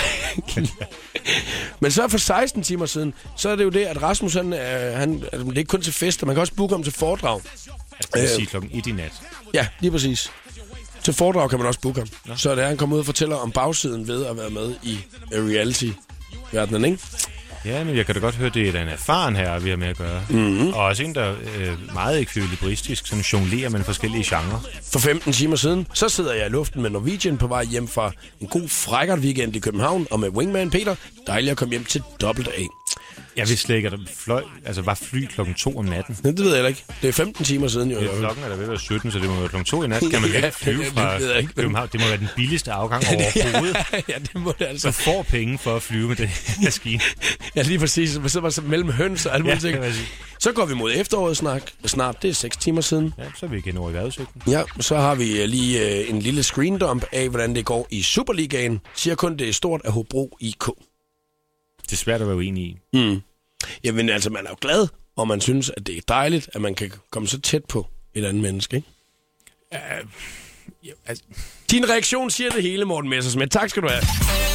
Men så for seksten timer siden, så er det jo det, at Rasmus, han, øh, han, altså, det er ikke kun til fester, man kan også booke ham til foredrag. Altså, det vil sige klokken et i nat. Ja, lige præcis. Til foredrag kan man også booke ham. Ja. Så det er, han kommer ud og fortæller om bagsiden ved at være med i reality-verdenen, ikke? Ja, men jeg kan da godt høre, det er en erfaren her, vi har med at gøre. Mm-hmm. Og også en, der er øh, meget ekvilibristisk, sådan jonglerer med forskellige genrer. For femten timer siden, så sidder jeg i luften med Norwegian på vej hjem fra en god frækkert weekend i København, og med wingman Peter, dejligt at komme hjem til dobbelt A. Jeg vidste slet ikke, at der fløj, altså var fly klokken to om natten. Det ved jeg heller ikke. Det er femten timer siden, jo. Det er klokken er der ved at være sytten, så det må være klokken to i nat. Kan man ja, ikke flyve fra København? Det må være den billigste afgang overhovedet. Ja, det må det altså. Du får penge for at flyve med den maskine. Ja, lige præcis. Så var så mellem høns og alt muligt. Ja, så går vi mod efteråret snart. snart. Det er seks timer siden. Ja, så er vi igen over i vejrudsigten. Ja, så har vi lige uh, en lille screendump af, hvordan det går i Superligaen. Siger kun, det er stort af Hobro I K. Det er svært at være uenig i. Mm. Jamen altså, man er jo glad, og man synes, at det er dejligt, at man kan komme så tæt på et andet menneske, ikke? Uh, ja, altså. Din reaktion siger det hele, Morten Messersmith. Tak skal du have.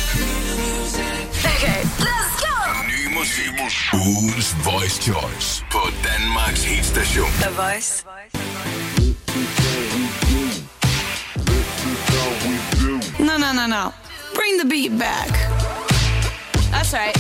Okay, let's go! Ny musik. Ugens Voice Choice på Danmarks hitstation. The Voice. No, no, no, no. Bring the beat back. That's right.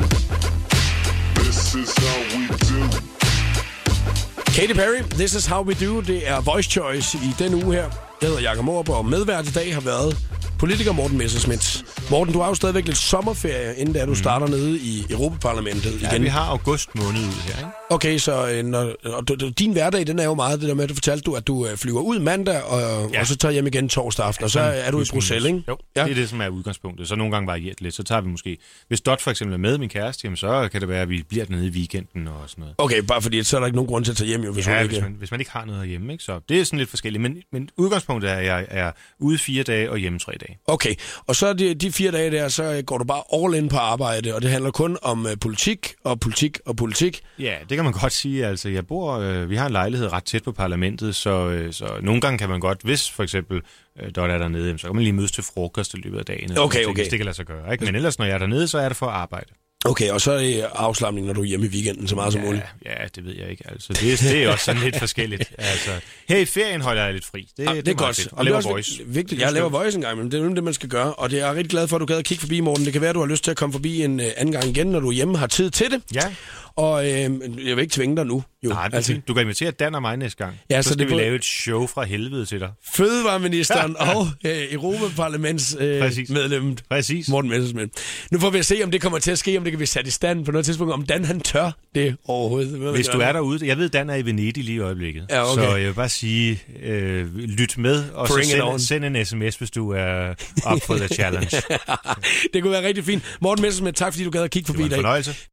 This is how we do. Katy Perry, This is how we do. Det er Voice Choice i denne uge her. Jeg hedder Jakob Morup, og medvært i dag har været politiker Morten Messersmith. Morten, du har jo stadigvæk lidt sommerferie, inden da du starter mm. nede i Europaparlamentet igen. Ja, vi har august måned ud her, ikke? Okay, så når, og du, din hverdag, den er jo meget det der med, at du fortalte du, at du flyver ud mandag, og, ja. og så tager hjem igen torsdag aften, og så er du i Bruxelles, ikke? Jo, ja. Det er det, som er udgangspunktet. Så nogle gange varieret lidt, så tager vi måske... Hvis Dot for eksempel er med min kæreste, jamen, så kan det være, at vi bliver nede i weekenden og sådan noget. Okay, bare fordi så er der ikke nogen grund til at tage hjem, jo, hvis, ja, ikke... hvis, man, hvis man ikke har noget hjemme, ikke? Så det er sådan lidt forskelligt. Men, men udgangspunktet er, at jeg er ude fire dage og hjemme tre dage. Okay, og så de, de fire dage der, så går du bare all in på arbejde, og det handler kun om uh, politik og politik og politik. Ja, det kan man godt sige. Altså, jeg bor, øh, vi har en lejlighed ret tæt på parlamentet, så, øh, så nogle gange kan man godt, hvis for eksempel øh, der er dernede, så kan man lige mødes til frokost i løbet af dagen. Okay, okay. Hvis det kan lade sig gøre, ikke? Men ellers, når jeg er dernede, så er det for at arbejde. Okay, og så er det afslappning, når du er hjemme i weekenden, så meget ja, som muligt. Ja, det ved jeg ikke. Altså, det, det er også sådan lidt forskelligt. Altså, her i ferien holder jeg lidt fri. Det, ja, det, det er godt. Og laver Voice. Vigtigt. Jeg laver Voice en gang, men det er jo det, man skal gøre. Og det er jeg rigtig glad for, at du gad at kigge forbi, Morten. Det kan være, at du har lyst til at komme forbi en uh, anden gang igen, når du er hjemme har tid til det. Ja. Og øh, jeg vil ikke tvinge dig nu. Jo. Nej, altså, du kan invitere Dan og mig næste gang. Ja, så, så skal det vi lave et show fra helvede til dig. Fødevareministeren og øh, Europaparlaments øh, medlemmet Præcis. Morten Messersmith. Nu får vi at se, om det kommer til at ske, om det kan vi sætte i stand på noget tidspunkt, om Dan han tør det overhovedet. Hvis du er derude, jeg ved, Dan er i Venedig lige i øøjeblikket. Ja, okay. Så jeg vil bare sige, øh, lyt med, og Bring så send, send en sms, hvis du er up for the challenge. Det kunne være rigtig fint. Morten Messersmith, tak fordi du gad at kigge forbi i dag. Det var en fornøjelse.